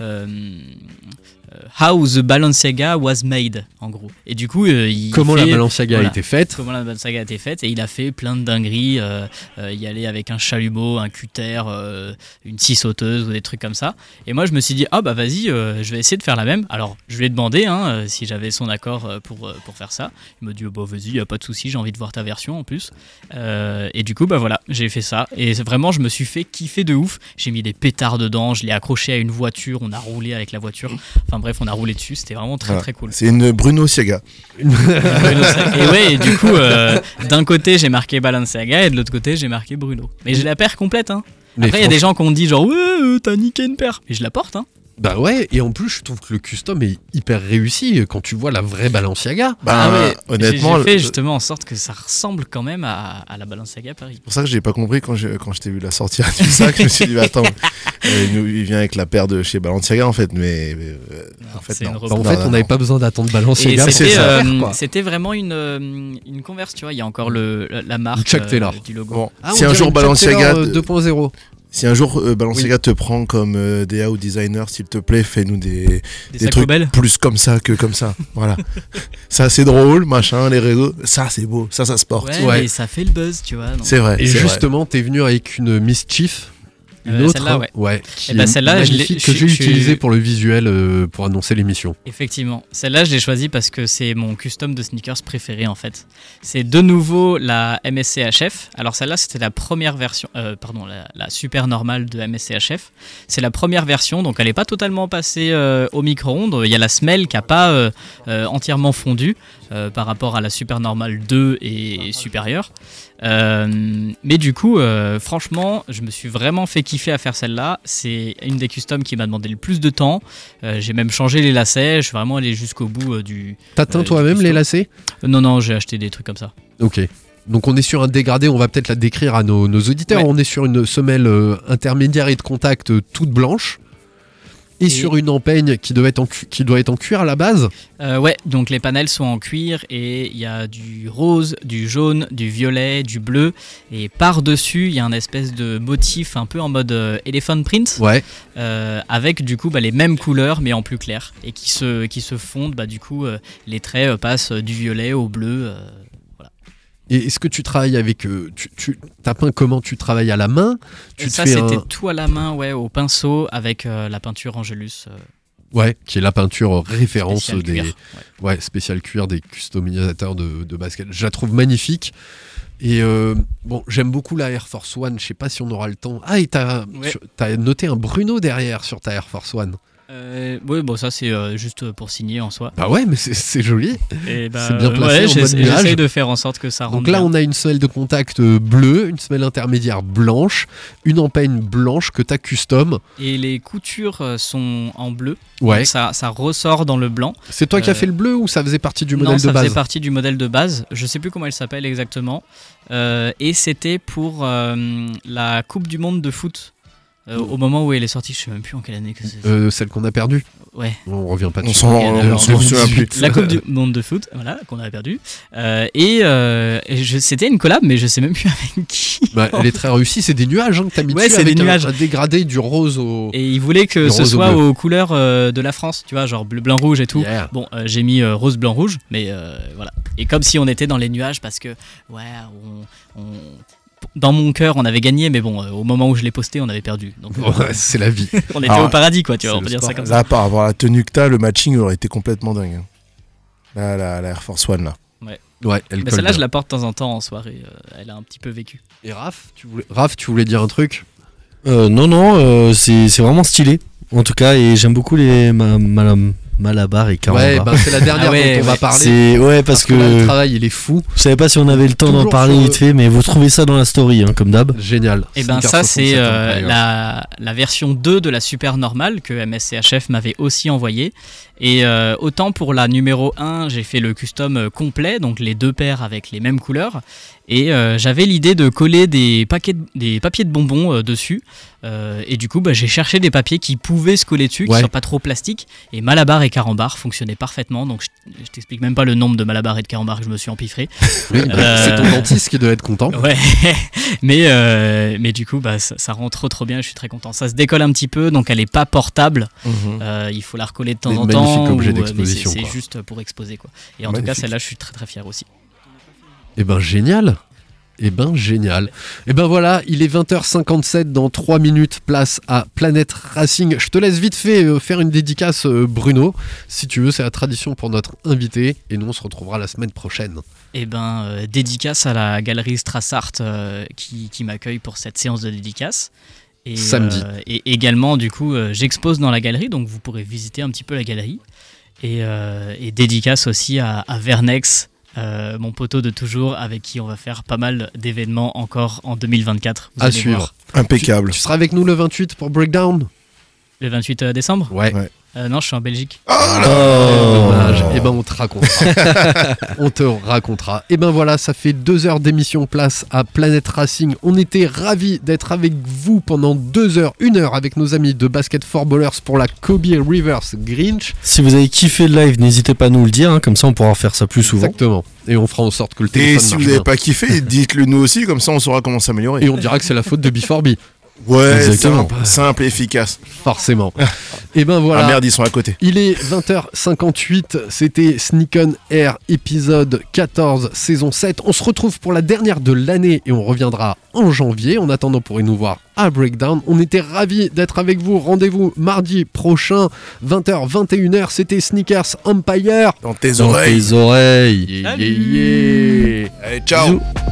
How the Balenciaga was made, en gros. Et du coup, comment la Balenciaga a été faite. Comment la Balenciaga a été faite. Et il a fait plein de dingueries. Y aller avec un chalumeau, un cutter, une scie sauteuse ou des trucs comme ça. Et moi, je me suis dit, vas-y, je vais essayer de faire la même. Alors, je lui ai demandé si j'avais son accord pour faire ça. Il m'a dit, vas-y, y a pas de souci, j'ai envie de voir ta version en plus. Et du coup, voilà, j'ai fait ça. Et vraiment, je me suis fait kiffer de ouf. J'ai mis des pétards dedans, je l'ai accroché à une voiture, on a roulé avec la voiture. Enfin bref, on a roulé dessus, c'était vraiment très cool. C'est une Bruno Siaga. Et ouais, et du coup, d'un côté j'ai marqué Balenciaga et de l'autre côté j'ai marqué Bruno. Mais j'ai la paire complète. Après, il y a des gens qui ont dit genre, ouais, t'as niqué une paire. Mais je la porte. Bah ouais, et en plus je trouve que le custom est hyper réussi quand tu vois la vraie Balenciaga. Honnêtement, j'ai fait justement en sorte que ça ressemble quand même à la Balenciaga Paris. C'est pour ça que j'ai pas compris quand je t'ai vu la sortir du sac. Je me suis dit, attends, il vient avec la paire de chez Balenciaga en fait, mais en fait, non. En fait, on n'avait pas besoin d'attendre Balenciaga. C'était vraiment une Converse, tu vois. Il y a encore la marque Chuck Taylor du logo. Bon. Si un jour Balenciaga 2.0. Si un jour Balenciaga te prend comme DA ou designer, s'il te plaît, fais-nous des trucs plus comme ça que comme ça. Voilà. Ça c'est drôle, machin, les réseaux. Ça c'est beau, ça se porte. Ouais. Et ça fait le buzz, tu vois. C'est vrai. Et justement, t'es venu avec une Mischief. Une autre, celle-là, hein, ouais. qui Et bah, est celle-là, magnifique, que j'ai utilisée pour le visuel, pour annoncer l'émission. Effectivement, celle-là je l'ai choisie parce que c'est mon custom de sneakers préféré en fait. C'est de nouveau la MSC-HF. Alors celle-là c'était la première version, la super normale de MSC-HF. C'est la première version, donc elle n'est pas totalement passée au micro-ondes. Il y a la semelle qui n'a pas entièrement fondu par rapport à la super normale 2 et supérieure. Mais du coup, franchement, je me suis vraiment fait kiffer à faire celle-là. C'est une des customs qui m'a demandé le plus de temps. J'ai même changé les lacets. Je suis vraiment allé jusqu'au bout du. T'as teint toi-même les lacets ? Non, j'ai acheté des trucs comme ça. Ok. Donc on est sur un dégradé, on va peut-être la décrire à nos auditeurs. Ouais. On est sur une semelle intermédiaire et de contact toute blanche. Et sur une empeigne qui doit être en cuir à la base. Ouais, donc les panels sont en cuir et il y a du rose, du jaune, du violet, du bleu. Et par-dessus, il y a un espèce de motif un peu en mode elephant print. Ouais. Avec du coup les mêmes couleurs mais en plus clair. Et qui se fondent, du coup les traits passent du violet au bleu. Et est-ce que tu travailles avec... t'as peint comment ? Tu travailles à la main ? Ça, c'était tout à la main, ouais, au pinceau, avec la peinture Angelus. Ouais, qui est la peinture référence spécial des... cuir, ouais, spécial cuir des customisateurs de basket. Je la trouve magnifique. Et j'aime beaucoup la Air Force One. Je sais pas si on aura le temps. Ah, et t'as noté un Bruno derrière sur ta Air Force One. Oui, ça c'est juste pour signer en soi. Bah ouais, mais c'est joli. Et c'est bien placé. J'essaye de faire en sorte que ça rentre. Donc là, bien. on a une semelle de contact bleue, une semelle intermédiaire blanche, une empeigne blanche que t'as custom. Et les coutures sont en bleu. Ouais. Donc ça ressort dans le blanc. C'est toi qui as fait le bleu ou ça faisait partie du modèle de base ? Non, ça faisait partie du modèle de base. Je sais plus comment elle s'appelle exactement. Et c'était pour la Coupe du Monde de foot. Au moment où elle est sortie, je sais même plus en quelle année que c'est. Celle qu'on a perdue. Ouais. On revient pas dessus. On s'en souvient plus. La Coupe du Monde de foot, voilà, qu'on avait perdue. C'était une collab, mais je sais même plus avec qui. Elle est très réussie. C'est des nuages que t'as mis dessus. C'est avec des nuages. Un dégradé du rose au. Et ils voulaient que ce soit aux couleurs de la France, tu vois, genre bleu, blanc, rouge et tout. Yeah. Bon, j'ai mis rose, blanc, rouge, mais voilà. Et comme si on était dans les nuages parce que, dans mon cœur, on avait gagné, mais bon, au moment où je l'ai posté, on avait perdu. Donc, c'est la vie. On était au paradis, quoi, tu vois, on peut dire ça comme ça. Là, par rapport à la tenue que t'as, le matching aurait été complètement dingue. Là, la Air Force One, là. Ouais, elle colle celle-là, bien. je la porte de temps en temps en soirée. Elle a un petit peu vécu. Et Raph, tu voulais dire un truc ? Non, c'est vraiment stylé. En tout cas, et j'aime beaucoup les Malabar et Carambar. Ouais, c'est la dernière dont on va parler. Parce que le travail, il est fou. Je savais pas si on avait le temps d'en parler vite fait, mais vous trouvez ça dans la story, comme d'hab. Génial. Et ça, c'est la version 2 de la super normale que MSC-HF m'avait aussi envoyée. Et autant pour la numéro 1, j'ai fait le custom complet, donc les deux paires avec les mêmes couleurs. Et j'avais l'idée de coller des papiers de bonbons dessus. Et du coup, j'ai cherché des papiers qui pouvaient se coller dessus, qui ne soient pas trop plastiques. Et Malabar et Carambar fonctionnaient parfaitement. Donc je t'explique même pas le nombre de Malabar et de Carambar que je me suis empiffré. Oui, c'est ton dentiste qui doit être content. Ouais, mais du coup, ça rend trop bien. Je suis très content. Ça se décolle un petit peu, donc elle est pas portable. Il faut la recoller de temps en temps. Magnifique objet d'exposition. C'est juste pour exposer, quoi. Et en tout cas, celle-là, je suis très très fier aussi. Eh ben génial. Et ben voilà, il est 20h57, dans 3 minutes, place à Planète Racing. Je te laisse vite fait faire une dédicace, Bruno. Si tu veux, c'est la tradition pour notre invité. Et nous, on se retrouvera la semaine prochaine. Eh ben, dédicace à la galerie Strassart qui m'accueille pour cette séance de dédicace. Et, samedi. Et également, du coup, j'expose dans la galerie, donc vous pourrez visiter un petit peu la galerie. Et dédicace aussi à Vernex, mon poteau de toujours, avec qui on va faire pas mal d'événements encore en 2024. À suivre. Voir. Impeccable. Tu seras avec nous le 28 pour Breakdown ? Le 28 décembre ? Ouais. Non, je suis en Belgique. Dommage. Et ben on te racontera. On te racontera. Et ben voilà, ça fait 2 heures d'émission, place à Planète Racing. On était ravis d'être avec vous pendant 2 heures, 1 heure avec nos amis de Basket for Ballers pour la Kobe Reverse Grinch. Si vous avez kiffé le live, n'hésitez pas à nous le dire, comme ça on pourra faire ça plus souvent. Exactement. Et on fera en sorte que le téléphone marche. Et si vous n'avez pas kiffé, dites-le nous aussi, comme ça on saura comment s'améliorer. Et on dira que c'est la faute de B4B. Ouais, Exactement. simple et efficace. Forcément. Et ben voilà. Ah merde, ils sont à côté. Il est 20h58, c'était Sneak On Air épisode 14 saison 7. On se retrouve pour la dernière de l'année et on reviendra en janvier. En attendant, vous pourrez nous voir à Breakdown. On était ravis d'être avec vous. Rendez-vous mardi prochain 20h 21h, c'était Sneakers Empire dans tes oreilles. Dans tes oreilles. Yeah, yeah, yeah. Allez, ciao. Bisous.